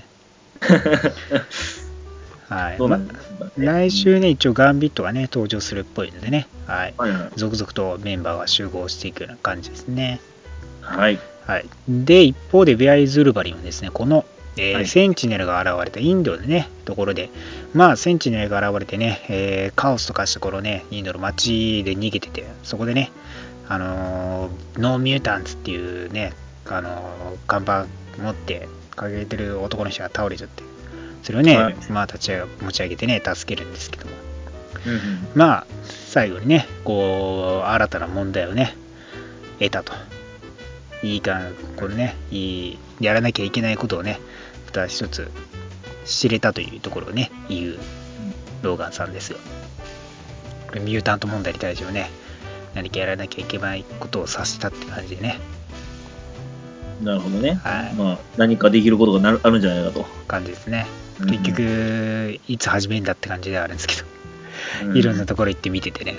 はい。 そうなんですね来週ね、一応ガンビットがね、登場するっぽいのでね、はい。 はいはい。 続々とメンバーが集合していくような感じですね。 はい。 はい。で、一方で、ベアイズ・ウルバリンはですね、この、 はいセンチネルが現れたインドのね、ところで、まあ、センチネルが現れてね、カオスと化した頃ね、インドの街で逃げてて、そこでね、ノーミュータンツっていうね、看板持って掲げてる男の人が倒れちゃって、それをね、 はいまあ、持ち上げてね、助けるんですけども、 うんうん。 まあ、最後にね、こう、新たな問題をね、得たと。これね、やらなきゃいけないことをね、また一つ知れたというところをね、言うローガンさんですよ。これミュータント問題に対してはね、何かやらなきゃいけないことをさせたって感じでね、 なるほどね。 はいまあ、何かできることがあるんじゃないかと。 感じですね。 うんうん結局、いつ始めんだって感じではあるんですけど、いろんなところ行って見ててね。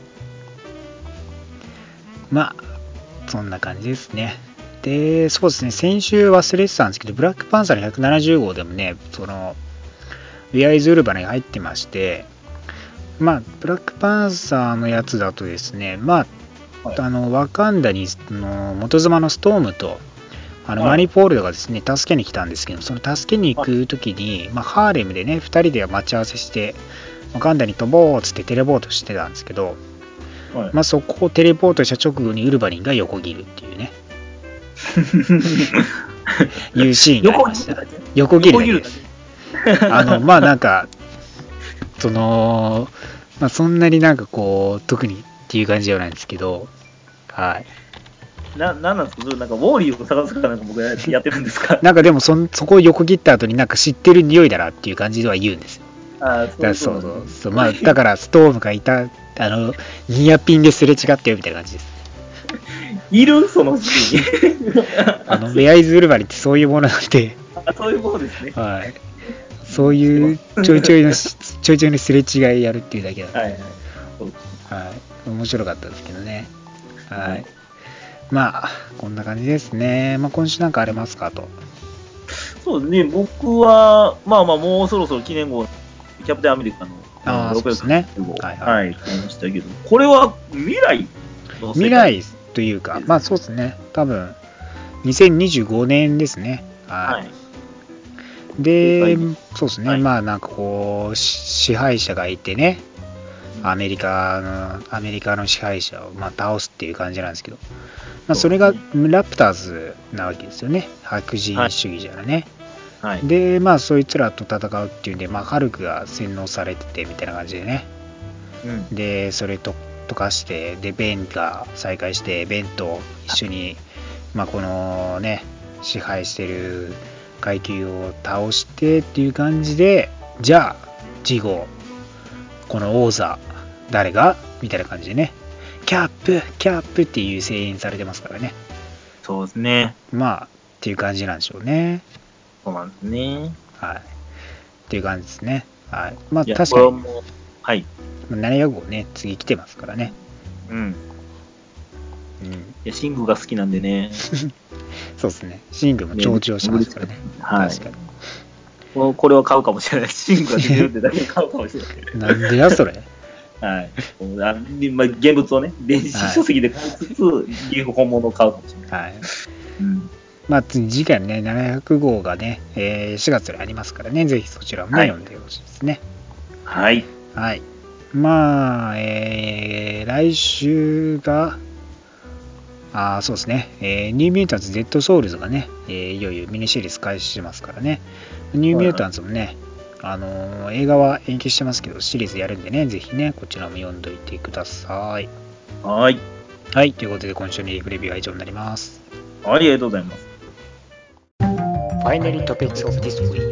まあ、そんな感じですね。で、そうですね、先週忘れてたんですけど、ブラックパンサーの170号でもね、ウェアイズ・ウルバに入ってまして、まあ、ブラックパンサーのやつだとですね、まあ、 はいワカンダに元妻のストームと、 はいマニポールドがですね、助けに来たんですけど、その助けに行くときに、まあ、ハーレムでね、2人で待ち合わせして、ワカンダに飛ぼうっつってテレポートしてたんですけど、 はいまあ、そこをテレポートした直後にウルヴァリンが横切るっていうね、いうシーンがありました。横切るだけです。まあなんか、まあ、そんなになんかこう、特にっていう感じではないんですけど、はい。 なんなんですかそれなんかウォーリーを探すかなんか僕やってるんですかなんかでもそこを横切った後になんか知ってる匂いだなっていう感じでは言うんですよ。 ああ、 だからそう。まあ、だからストームがいた、ニアピンですれ違ったよみたいな感じです。 いるそのシーン。 ベアイズ・ウルヴァリンってそういうものなんで、 あそういうことですね。 はい。そういうちょいちょいのすれ違いやるっていうだけなんで、 はいはい。そうはい。面白かったですけどね。はい。まあ、こんな感じですね。まあ、今週なんかありますかと。 そうですね、僕は、まあまあ、もうそろそろ記念号、キャプテンアメリカのそうですね。 はいはい、買いましたけど、これは未来の世界未来というか、まあそうですね。多分、2025年ですね。はい。 はいで、そうですね。 はいまあなんかこう、支配者がいてね、アメリカの支配者をまあ倒すっていう感じなんですけど、まあ、それがラプターズなわけですよね。白人主義者のね。 はい。 で、まあそいつらと戦うっていうんで、まあハルクが洗脳されててみたいな感じでね。 うん。 で、それと溶かして、で、ベンが再開して、ベンと一緒に、まあこのね、支配してる階級を倒してっていう感じで、じゃあ、次号、この王座、誰がみたいな感じでね、キャップっていう声援されてますからね。 そうですね。 まあ、っていう感じなんでしょうね。 そうなんですね。 はい。っていう感じですね。はい。まあ、 いや確かに、 これはもうはい。 700号ね、次来てますからね。 うん。 うん。 いや、シングが好きなんでね。 そうですね。シングも調子してますからね。 はい。 確かに。 これは買うかもしれない。シングが出てるってだけで買うかもしれない。 なんでやそれ。 はい。まあ、現物をね、電子書籍で買いつつ、本物を買うかもしれない。 はい。 うん。 まあ、次回のね、700号がね、4月にありますからね、ぜひそちらもね、 はい読んでほしいですね。 はい。 はい。まあ、来週が、そうですね、ニューミュータンツ Z ソウルズがね、いよいよミニシリーズ開始しますからね、ニューミュータンツもね、映画は延期してますけど、シリーズやるんでね、ぜひね、こちらも読んどいてください。 はい。 はい、ということで今週のリーフレビューは以上になります。 はい、ありがとうございます。 Binary Topics of this week.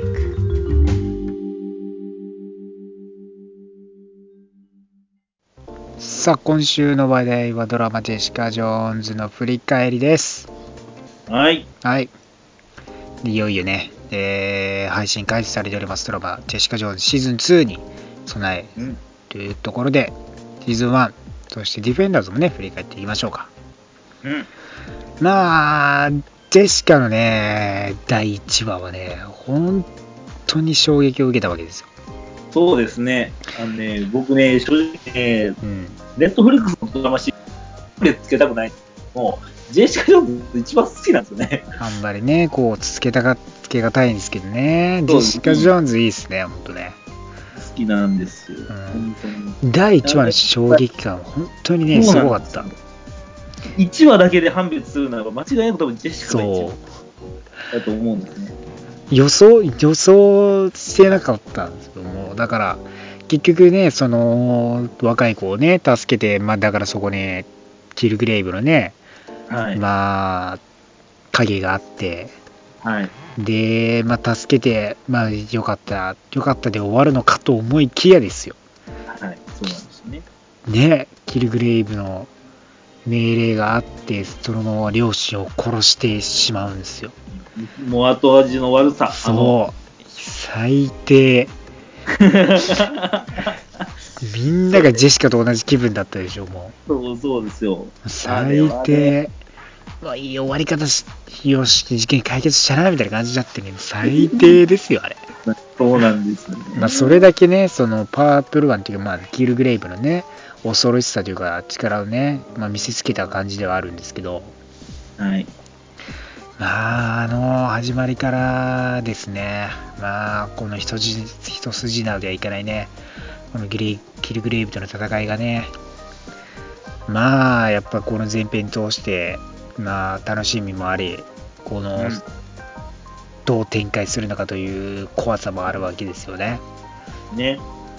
さあ、今週の話題はドラマジェシカ・ジョーンズの振り返りです。 はい。 はい。いよいよね、配信開始されておりますドラマジェシカ・ジョーンズシーズン2に備えというところで、シーズン1、そしてディフェンダーズもね、振り返っていきましょうか。まあ、ジェシカのね、第1話はね、本当に衝撃を受けたわけですよ。 そうですね。僕ね、正直ね、ネットフリックスのドラマシリーズつけたくないんですけども、ジェシカ・ジョーンズ一番好きなんですよね。 あんまりね、こう、つけがたいんですけどね、ジェシカ・ジョーンズいいですね、本当ね。 好きなんですよ。本当に第1話の衝撃感、本当にね、すごかった。 1話だけで判別するならば、間違いなく多分ジェシカが一番だと思うんですね。 予想してなかったんですけども、だから結局ね、その若い子をね助けて、まあだからそこねキルグレイブのね、 はい、 まあ影があって、 はい、 でまあ助けて、まあよかったで終わるのかと思いきやですよ。 はい、そうなんですね。 ね、キルグレイブの命令があってそのまま両親を殺してしまうんですよ。 もう後味の悪さ。 そう最低みんながジェシカと同じ気分だったでしょ。もうそうですよ。 最低、まあいい終わり方よし事件解決したなみたいな感じだったけど最低ですよあれ。 そうなんですね。 まあそれだけね、そのパープルワンっていうか、まあキルグレイブのね恐ろしさというか力をね、まあ、見せつけた感じではあるんですけど、 はい、 まあ始まりからですね、まあこの一筋縄ではいかないね、このキルグレイブとの戦いがね、まあやっぱこの前編通してまあ楽しみもあり、この、どう展開するのかという怖さもあるわけですよね。 ね。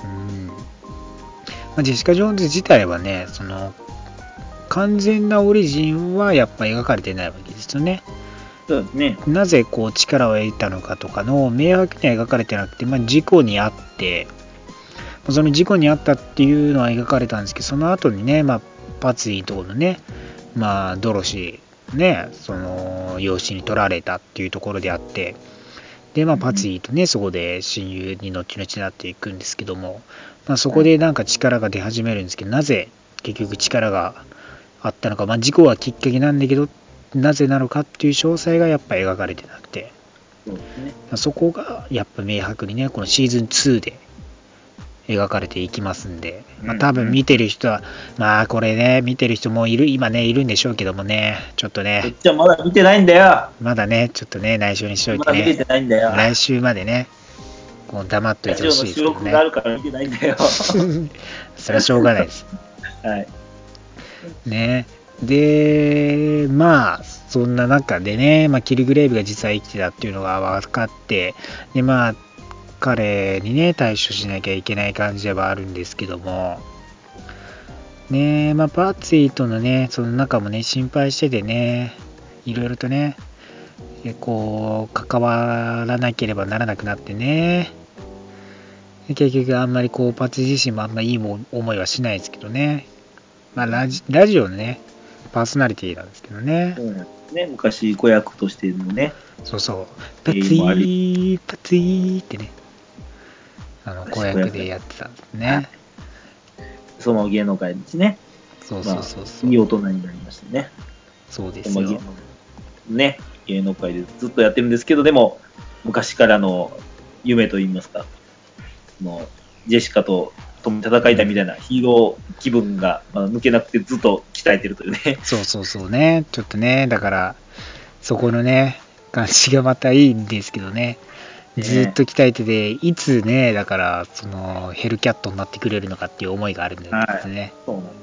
まあ、ジェシカ・ジョーンズ自体はね、その完全なオリジンはやっぱ描かれてないわけですよね。 そうですね。 なぜこう力を得たのかとかの明白には描かれてなくて、まあ、事故に遭ってその事故に遭ったっていうのは描かれたんですけど、その後にね、まあ、パツィとこのね、まあ、ドロシーね、その養子に取られたっていうところであって、で、まあ、パツィとねそこで親友に後々なっていくんですけども、まあ、そこでなんか力が出始めるんですけど、なぜ結局力があったのか、まあ、事故はきっかけなんだけどなぜなのかっていう詳細がやっぱ描かれてなくて、 そうですね。 そこがやっぱ明白にねこのシーズン2で描かれていきますんで、まあ、多分見てる人は、まあこれね見てる人も今ねいるんでしょうけどもね、ちょっとねこっちはまだ見てないんだよ。 まだねちょっとね内緒にしといてね、 まだ見てないんだよ。 来週までねこう黙っといてほしいですけどね。 ラジオの収録があるから見てないんだよ。 それはしょうがないですはいね。でまあそんな中でね、まあ、キルグレイブが実は生きてたっていうのが分かって、でまあ彼にね対処しなきゃいけない感じではあるんですけどもね、まあパーツィーとのねその中もね心配しててね、いろいろとねこう関わらなければならなくなってね、結局あんまりこうパツ自身もあんまりいい思いはしないですけどね、まあラジオのねパーソナリティなんですけどね、 ね、昔子役としてのね、 そうパツィーってね子役でやってたんですね、はい、 その芸能界ですね。 そう、 いい大人になりましてね。 そうですよね、芸能界でずっとやってるんですけど、でも昔からの夢といいますか、ジェシカと共に戦いたいみたいなヒーロー気分が抜けなくてずっと鍛えてるというね。 そうね、ちょっとね、だからそこのね感じがまたいいんですけどね、ずっと鍛えてて、いつねだからそのヘルキャットになってくれるのかっていう思いがあるんですね、はい、 そうなん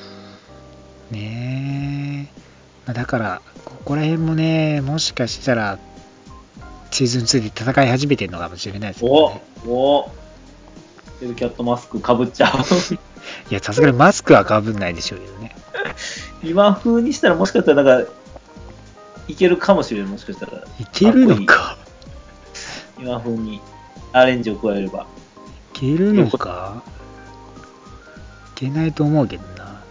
ねえ、だからここら辺もねもしかしたらシーズン2で戦い始めてるのかもしれないですけどね。 おヘルキャットマスクかぶっちゃういやさすがにマスクはかぶんないでしょうけどね今風にしたらもしかしたらなんかいけるかもしれない。もしかしたらいけるのか今風にアレンジを加えれば。 いけるのかいけないと思うけどな。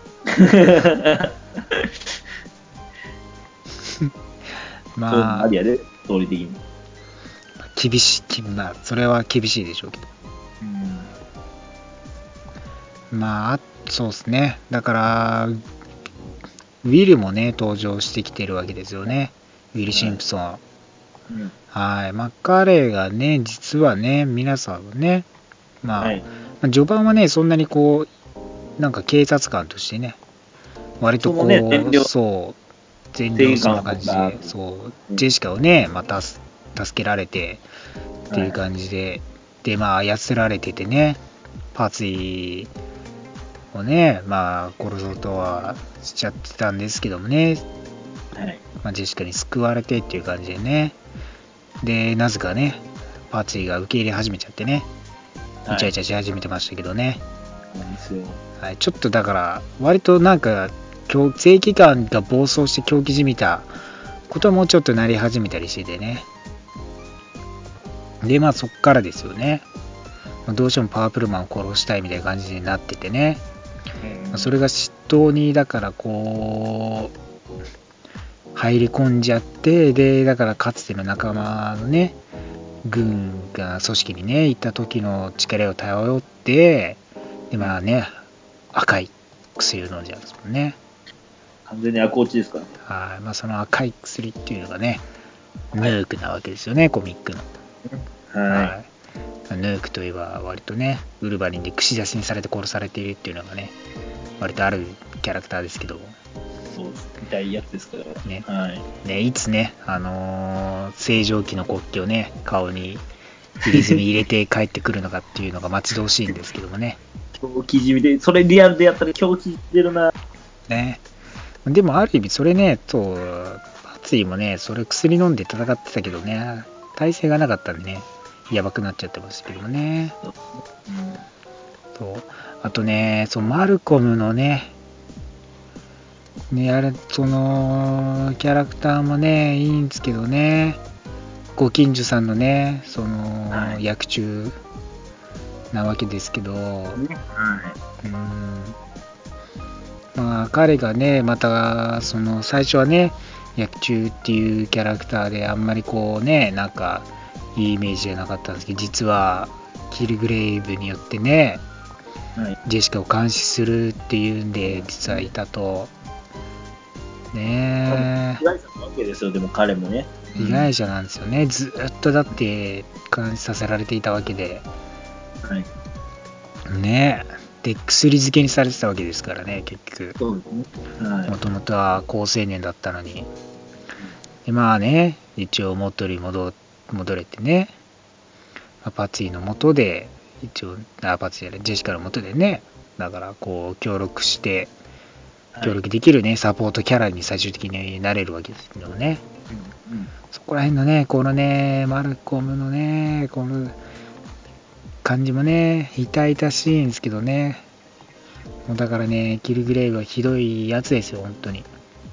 まあありやで、ストーリー的に。 厳しい、まあそれは厳しいでしょうけど、まあそうですね。だからウィルもね登場してきてるわけですよね。ウィル・シンプソン。はい。まあ彼がね実はね皆さんはね、まあ序盤はねそんなにこうなんか警察官としてね割とこうそう善良そうな感じで、そうジェシカをねまた助けられてっていう感じで、でまあ操られててね、パツィをねまあ殺そうとはしちゃってたんですけどもね、まあ、ジェシカに救われてっていう感じでね、でなぜかねパツィが受け入れ始めちゃってね、イチャイチャし始めてましたけどね、はい、ちょっとだから割となんか正義感が暴走して狂気じみたこともちょっとなり始めたりしててね、でまあそっからですよね、どうしてもパープルマンを殺したいみたいな感じになっててね、それが嫉妬にだからこう入り込んじゃって、でだからかつての仲間のね軍が組織にね行った時の力を頼って、でまあね赤い薬を飲んじゃうんですもんね。 完全に赤落ちですからね。 はい、まあその赤い薬っていうのがねヌークなわけですよね、コミックの。はい、ヌークといえば割とねウルヴァリンで串刺しにされて殺されているっていうのがね割とあるキャラクターですけども、 そう痛いやつですからね、 ね、 いつね正常期の国旗をね顔に入れ墨入れて帰ってくるのかっていうのが待ち遠しいんですけどもね。 狂気じみで、それリアルでやったら狂気出るな。 ね、でもある意味それねとパツィもねそれ薬飲んで戦ってたけどね耐性がなかったんでねやばくなっちゃってましたけどもね。そうあとねマルコムのねあれそのキャラクターもねいいんですけどね、ご近所さんのね役中なわけですけど、まあ彼がねまた最初はね役中っていうキャラクターであんまりこうねなんかいいイメージじゃなかったんですけど、実はキルグレイブによってね、ジェシカを監視するっていうんで実はいたとね。 被害者なわけですよ。でも彼もね被害者なんですよね、ずっとだって監視させられていたわけで、ねで薬漬けにされてたわけですからね結局。もともとは好青年だったのに、でまあね一応元に戻れてね、パツィの元で一応パツィじゃないジェシカの元でね、だからこう協力できるねサポートキャラに最終的になれるわけですけどね、そこら辺のねこのねマルコムのねこの感じもね痛々しいんですけどね、もうだからねキルグレイブはひどいやつですよ本当に。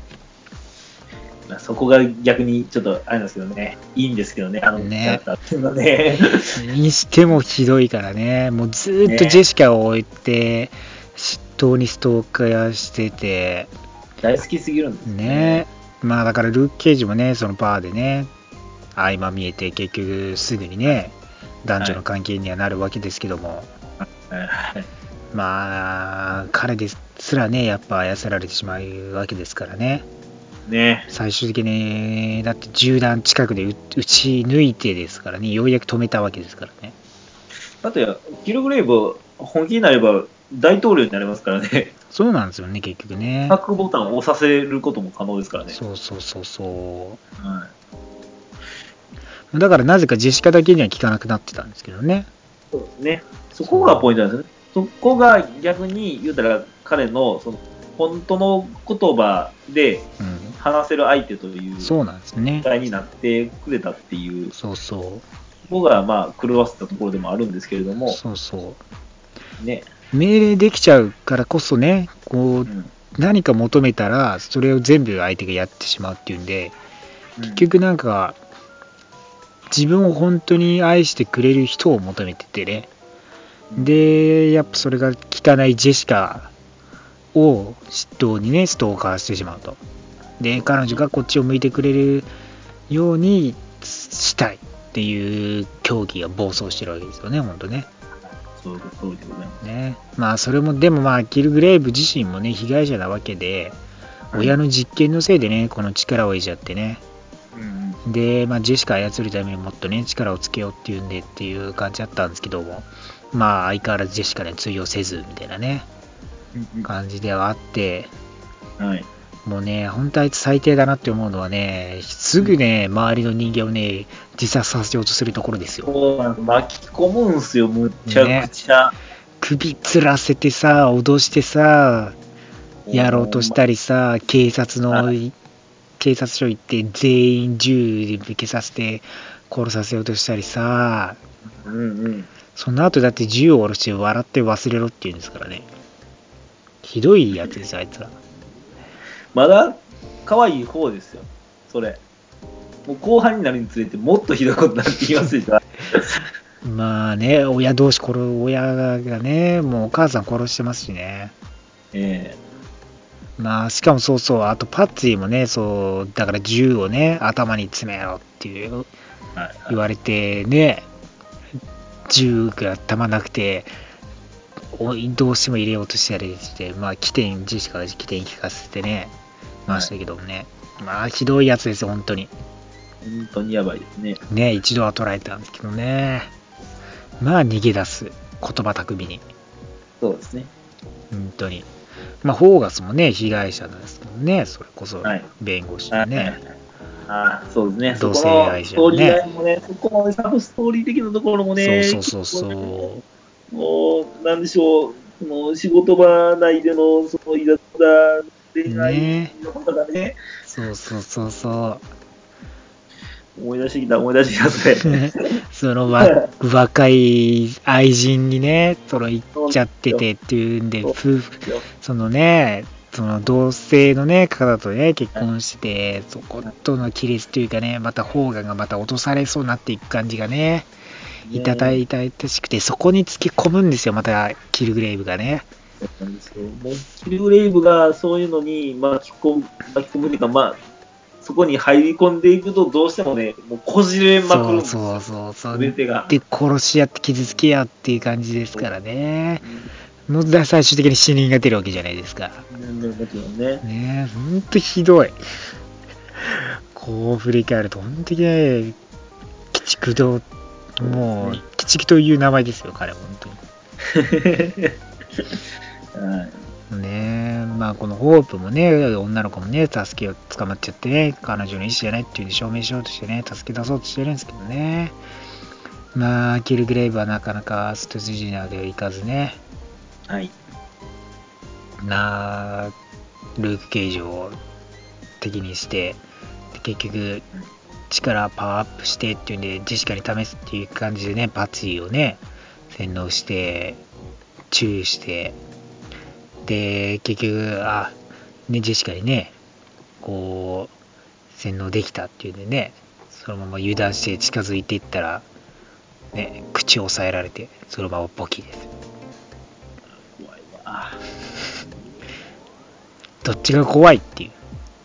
そこが逆にちょっとあれなんですけどね、いいんですけどね、キャラクターっていうのはね。 にしてもひどいからね、もうずっとジェシカを置いて、嫉妬にストーカーしてて、 大好きすぎるんですね。 まあだからルーク・ケイジもね、そのバーでね、相まみえて結局すぐにね、男女の関係にはなるわけですけども、まあ彼ですらね、やっぱ操られてしまうわけですからね。最終的にだって銃弾近くで撃ち抜いてですからね、ようやく止めたわけですからね。 だってキルグレイブ本気になれば大統領になれますからね。 そうなんですよね結局ね。 タックボタンを押させることも可能ですからね。 そう、だからなぜかジェシカだけには効かなくなってたんですけどね。 そうですね。そこがポイントなんですね。そこが逆に言うたら彼のその本当の言葉で話せる相手というそうなんですね。 状態になってくれたっていう。 そこがまあ狂わせたところでもあるんですけれども。 ね。命令できちゃうからこそね、こう、何か求めたらそれを全部相手がやってしまうっていうんで、結局なんか自分を本当に愛してくれる人を求めててね。で、やっぱそれが汚いジェシカを嫉妬にね、ストーカーしてしまうと。で、彼女がこっちを向いてくれるようにしたいっていう狂気が暴走してるわけですよね、本当ね。 そういうことでございます。 ね。まあ、それも、でもまあ、キルグレイブ自身もね、被害者なわけで、親の実験のせいでね、この力を得ちゃってね。で、まあ、ジェシカ操るためにもっとね、力をつけようっていうんでっていう感じだったんですけども、まあ、相変わらずジェシカに通用せず、みたいなね、感じではあって、 はい。 もうね、本当あいつ最低だなって思うのはね、すぐね、周りの人間をね、自殺させようとするところですよ。 そうなんです。巻き込むんすよ、むちゃくちゃ。 首つらせてさ、脅してさ、やろうとしたりさ、警察署行って全員銃で向けさせて殺させようとしたりさ、その後だって銃を下ろして笑って忘れろって言うんですからね。ひどいやつですよ、あいつは。 まだ可愛い方ですよ、それ。もう後半になるにつれてもっとひどいことになってきますでしょ。 まあね、親がね、もうお母さん殺してますしね。まあ、しかもそうそう、あとパッツィもね、そう、だから銃をね、頭に詰めろっていう、言われてね、銃が弾なくて、どうしても入れようとしたりして、まあ、ジェシカが起点聞かせてね、ましたけどもね。まあ、ひどいやつですよ、本当に。 本当にやばいですね。 ね、一度は捉えたんですけどね。まあ、逃げ出す。言葉巧みに。 そうですね。 本当に。まあ、フォーガスもね、被害者なんですけどね、それこそ、弁護士のね。 そうですね。 同性愛者のね。 そこのサブストーリー的なところもね、 そう。 もう、なんでしょう、その仕事場内での、そのいざつだ恋愛のことがね。 そう。 思い出してきた、それ。 その若い愛人にね、行っちゃっててっていうんで、そのね、その同性のね、方とね、結婚して、そことの亀裂というかね、またホーガンがまた落とされそうになっていく感じがね、痛々しくて、そこにつけ込むんですよ、またキルグレイブがね。 そうなんですよ。もうキルグレイブがそういうのに巻き込むというか、まあ、そこに入り込んでいくとどうしてもね、もうこじれまくるんですよ。 そう全てが。 で、殺し合って傷つけ合うっていう感じですからね。ので最終的に死人が出るわけじゃないですか。 もちろんね。 ねえ、ほんとひどい。こう振り返ると、本当にね、鬼畜堂、もう、鬼畜という名前ですよ、彼は本当に。ねえ、まあこのホープもね、女の子もね、助けを捕まっちゃってね、彼女の意思じゃないっていうのを証明しようとしてね、助け出そうとしてるんですけどね。まあ、キルグレイブはなかなかストジナーではいかずね。 はい。 ルーク・ケイジを敵にして、で結局、力パワーアップしてっていうんで、ジェシカに試すっていう感じでね、パツィをね、洗脳して、注意して、で、結局、ジェシカにね、こう、洗脳できたっていうんでね、そのまま油断して近づいていったら、ね、口を押さえられて、そのままボキです。 怖いわ。 どっちが怖いっていう。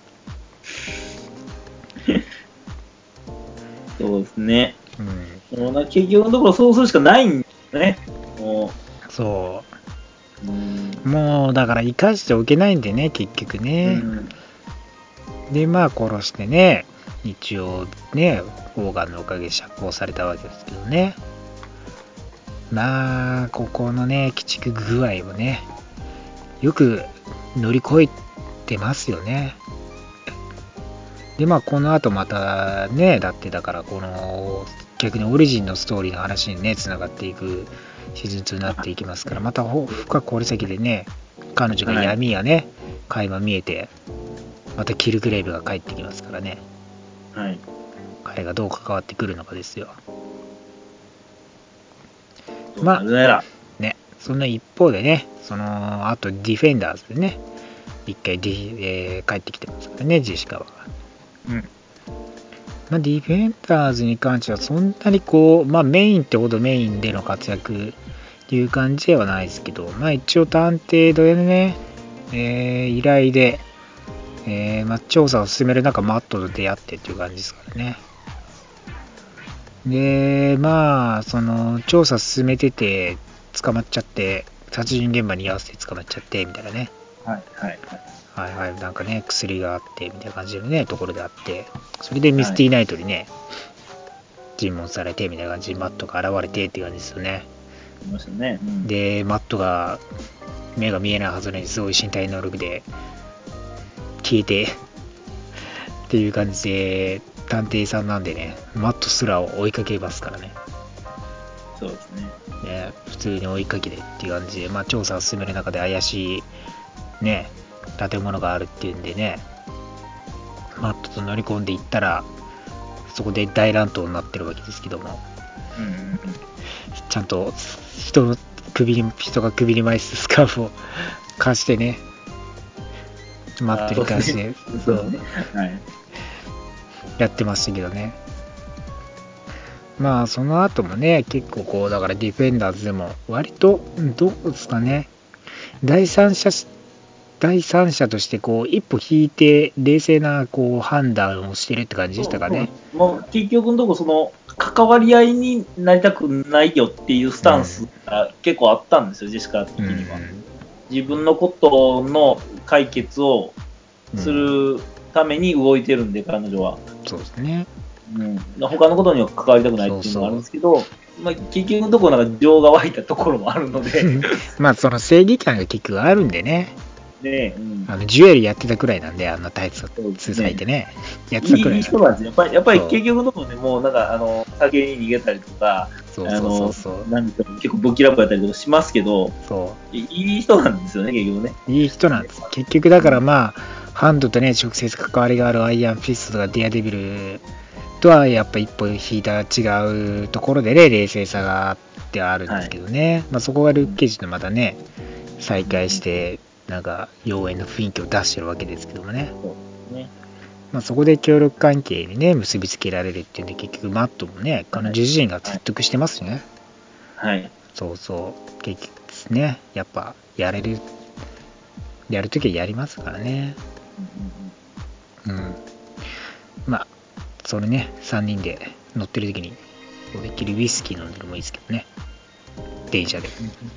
そうですね。もう結局のところそうするしかないんだね。 そう。もうだから生かしておけないんでね、結局ね。で、まあ殺してね、一応ね、オーガンのおかげで釈放されたわけですけどね。まあ、ここのね、鬼畜具合をね、よく乗り越えてますよね。で、まあ、この後またね、だからこの、逆にオリジンのストーリーの話にね、繋がっていくシーズン2になっていきますから、また深く掘り先でね、彼女が闇やね、垣間見えて、またキルグレイブが帰ってきますからね。 はい。 彼がどう関わってくるのかですよ。 まあ、 ね、その一方でね、あとディフェンダーズでね、一回帰ってきてますからね、ジェシカは。 ディフェンダーズに関してはそんなにこう、メインってほどメインでの活躍っていう感じではないですけど、一応探偵でね、依頼で、調査を進める中マットと出会ってっていう感じですからね。で、その調査進めてて捕まっちゃって、殺人現場に居合わせて捕まっちゃってみたいなね。なんかね、薬があってみたいな感じのね、ところであって、それでミスティナイトにね、尋問されてみたいな感じでマットが現れてっていう感じですよね。で、マットが目が見えないはずなのにすごい身体能力で消えてっていう感じで、探偵さんなんでね、マットすらを追いかけますからね。 そうですね。 普通に追いかけてっていう感じで、調査を進める中で怪しいね、建物があるっていうんでね、マットと乗り込んでいったら、そこで大乱闘になってるわけですけども、ちゃんと人が首に巻いてスカーフを貸してね、マットに関して、やってましたけどね。その後もね、結構こう、だからディフェンダーズでも割とどうですかね、第三者としてこう一歩引いて冷静なこう判断をしてるって感じでしたかね。 もう結局のとこその関わり合いになりたくないよっていうスタンスが結構あったんですよ、ジェシカ的には。自分のことの解決をするために動いてるんで、彼女は。 そうですね。 他のことには関わりたくないっていうのがあるんですけど、結局のところなんか情が湧いたところもあるのでその正義感が結局あるんでね。ジュエルやってたくらいなんで、あんなタイツ履いてね、やってたくらい。 いい人なんですよ。やっぱり結局のところでもうなんか酒に逃げたりとか、なんか結構ぶっきらぼうやったりとかしますけど、いい人なんですよね、結局ね。 いい人なんです。結局だからハンドとね、直接関わりがあるアイアンフィストとかディアデビルとはやっぱ一歩引いた違うところでね、冷静さがあってあるんですけどね。そこがルックケージとまたね、再会して、なんか妖艶な雰囲気を出してるわけですけどもね。そこで協力関係にね結びつけられるっていうんで、結局マットもね、彼女自身が説得してますね。結局ですね、やっぱやるときはやりますからね。それね、3人で乗ってるときに思いっきりウイスキー飲んでるのもいいですけどね、電車で。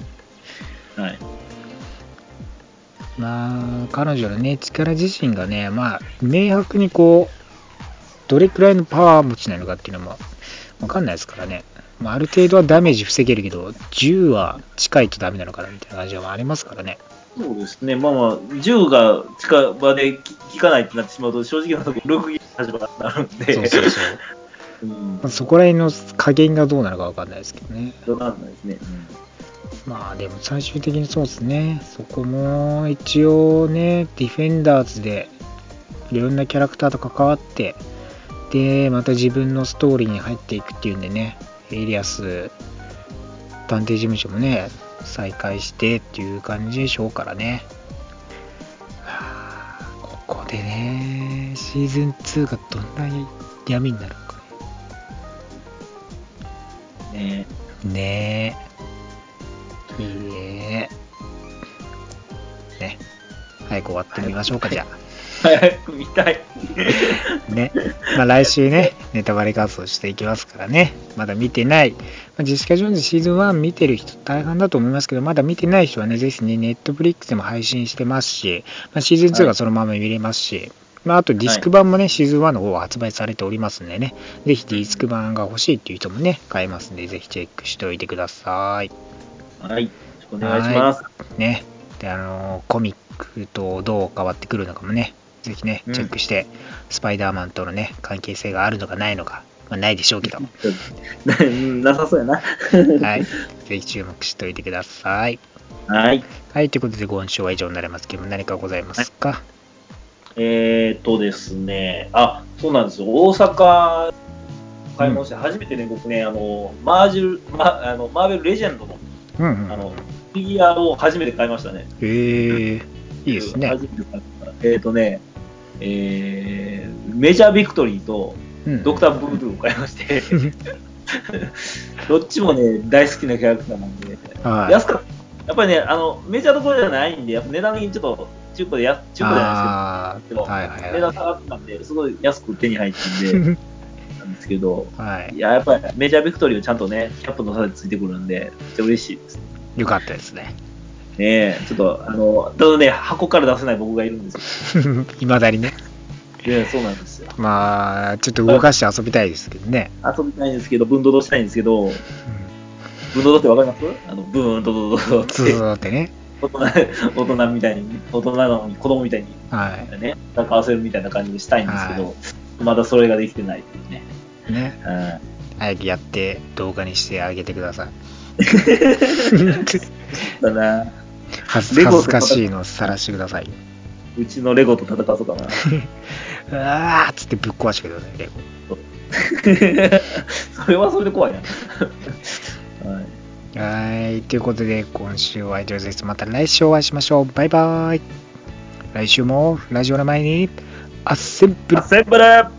彼女のね、力自身がね、明白にこう、どれくらいのパワー持ちなのかっていうのもわかんないですからね。ある程度はダメージ防げるけど、10は近いとダメなのかなみたいな感じはありますからね。 そうですね、10が近場で効かないってなってしまうと、正直なところ、6ギの立場になるんで、 そこら辺の加減がどうなのかわかんないですけどね。 わかんないですね。 でも最終的にそうですね、そこも一応ね、ディフェンダーズでいろんなキャラクターと関わって、でまた自分のストーリーに入っていくっていうんでね、エリアス探偵事務所もね再開してっていう感じでしょうからね。ここでね、シーズン2がどんな闇になるのかね。いいね。早く終わってみましょうか、じゃあ。 早く見たい。 ね。来週ね、ネタバレ活動していきますからね。まだ見てない。ジェシカ・ジョーンズシーズン1見てる人大半だと思いますけど、まだ見てない人はね、ぜひね、ネットフリックスでも配信してますし、シーズン2がそのまま見れますし、あとディスク版もね、シーズン1の方は発売されておりますんでね、ぜひディスク版が欲しいっていう人もね、買えますんで、ぜひチェックしておいてください。 よろしくお願いします。 ね。で、コミックとどう変わってくるのかもね、ぜひね、チェックして、スパイダーマンとのね、関係性があるのかないのか、ないでしょうけど。 なさそうやな。 はい。ぜひ注目しておいてください。 はい。 はい、ということで、今週は以上になりますけども、何かございますか？ ですね、そうなんですよ。大阪買い物して、初めてね、僕ね、マーベルレジェンドの、フィギュアを初めて買いましたね。 いいですね。 初めて買いました。メジャービクトリーと、 ドクターブードゥを買いまして、どっちもね、大好きなキャラクターなんで、 はい、 安かった。やっぱりね、メジャーどころじゃないんで、やっぱ値段にちょっと、中古じゃないですけど、 はいはいはい、 値段下がってたんで、すごい安く手に入ってんで、なんですけど、 はい、 やっぱりメジャービクトリーをちゃんとね、キャップの差でついてくるんで、めっちゃ嬉しいです。 よかったですね。 ねえ、ちょっと、ただね、箱から出せない僕がいるんですよ。 いまだにね。 そうなんですよ。 まあ、ちょっと動かして遊びたいですけどね。 遊びたいんですけど、分ドドしたいんですけど、分ドドってわかります？ブーンドドドドって。 そうってね。 大人みたいに、大人なのに子供みたいに、 はいね、戦わせるみたいな感じにしたいんですけど、まだそれができてないっていうね。 ね。早くやって動画にしてあげてください。 だな。 恥ずかしいのを晒してくださいよ。 うちのレゴと戦わそうかな。 うわーっつってぶっ壊してください、レゴ。それはそれで怖いな。 はい。ということで、今週は以上です。また来週お会いしましょう。バイバイ。来週もラジオの前に、アッセンブル。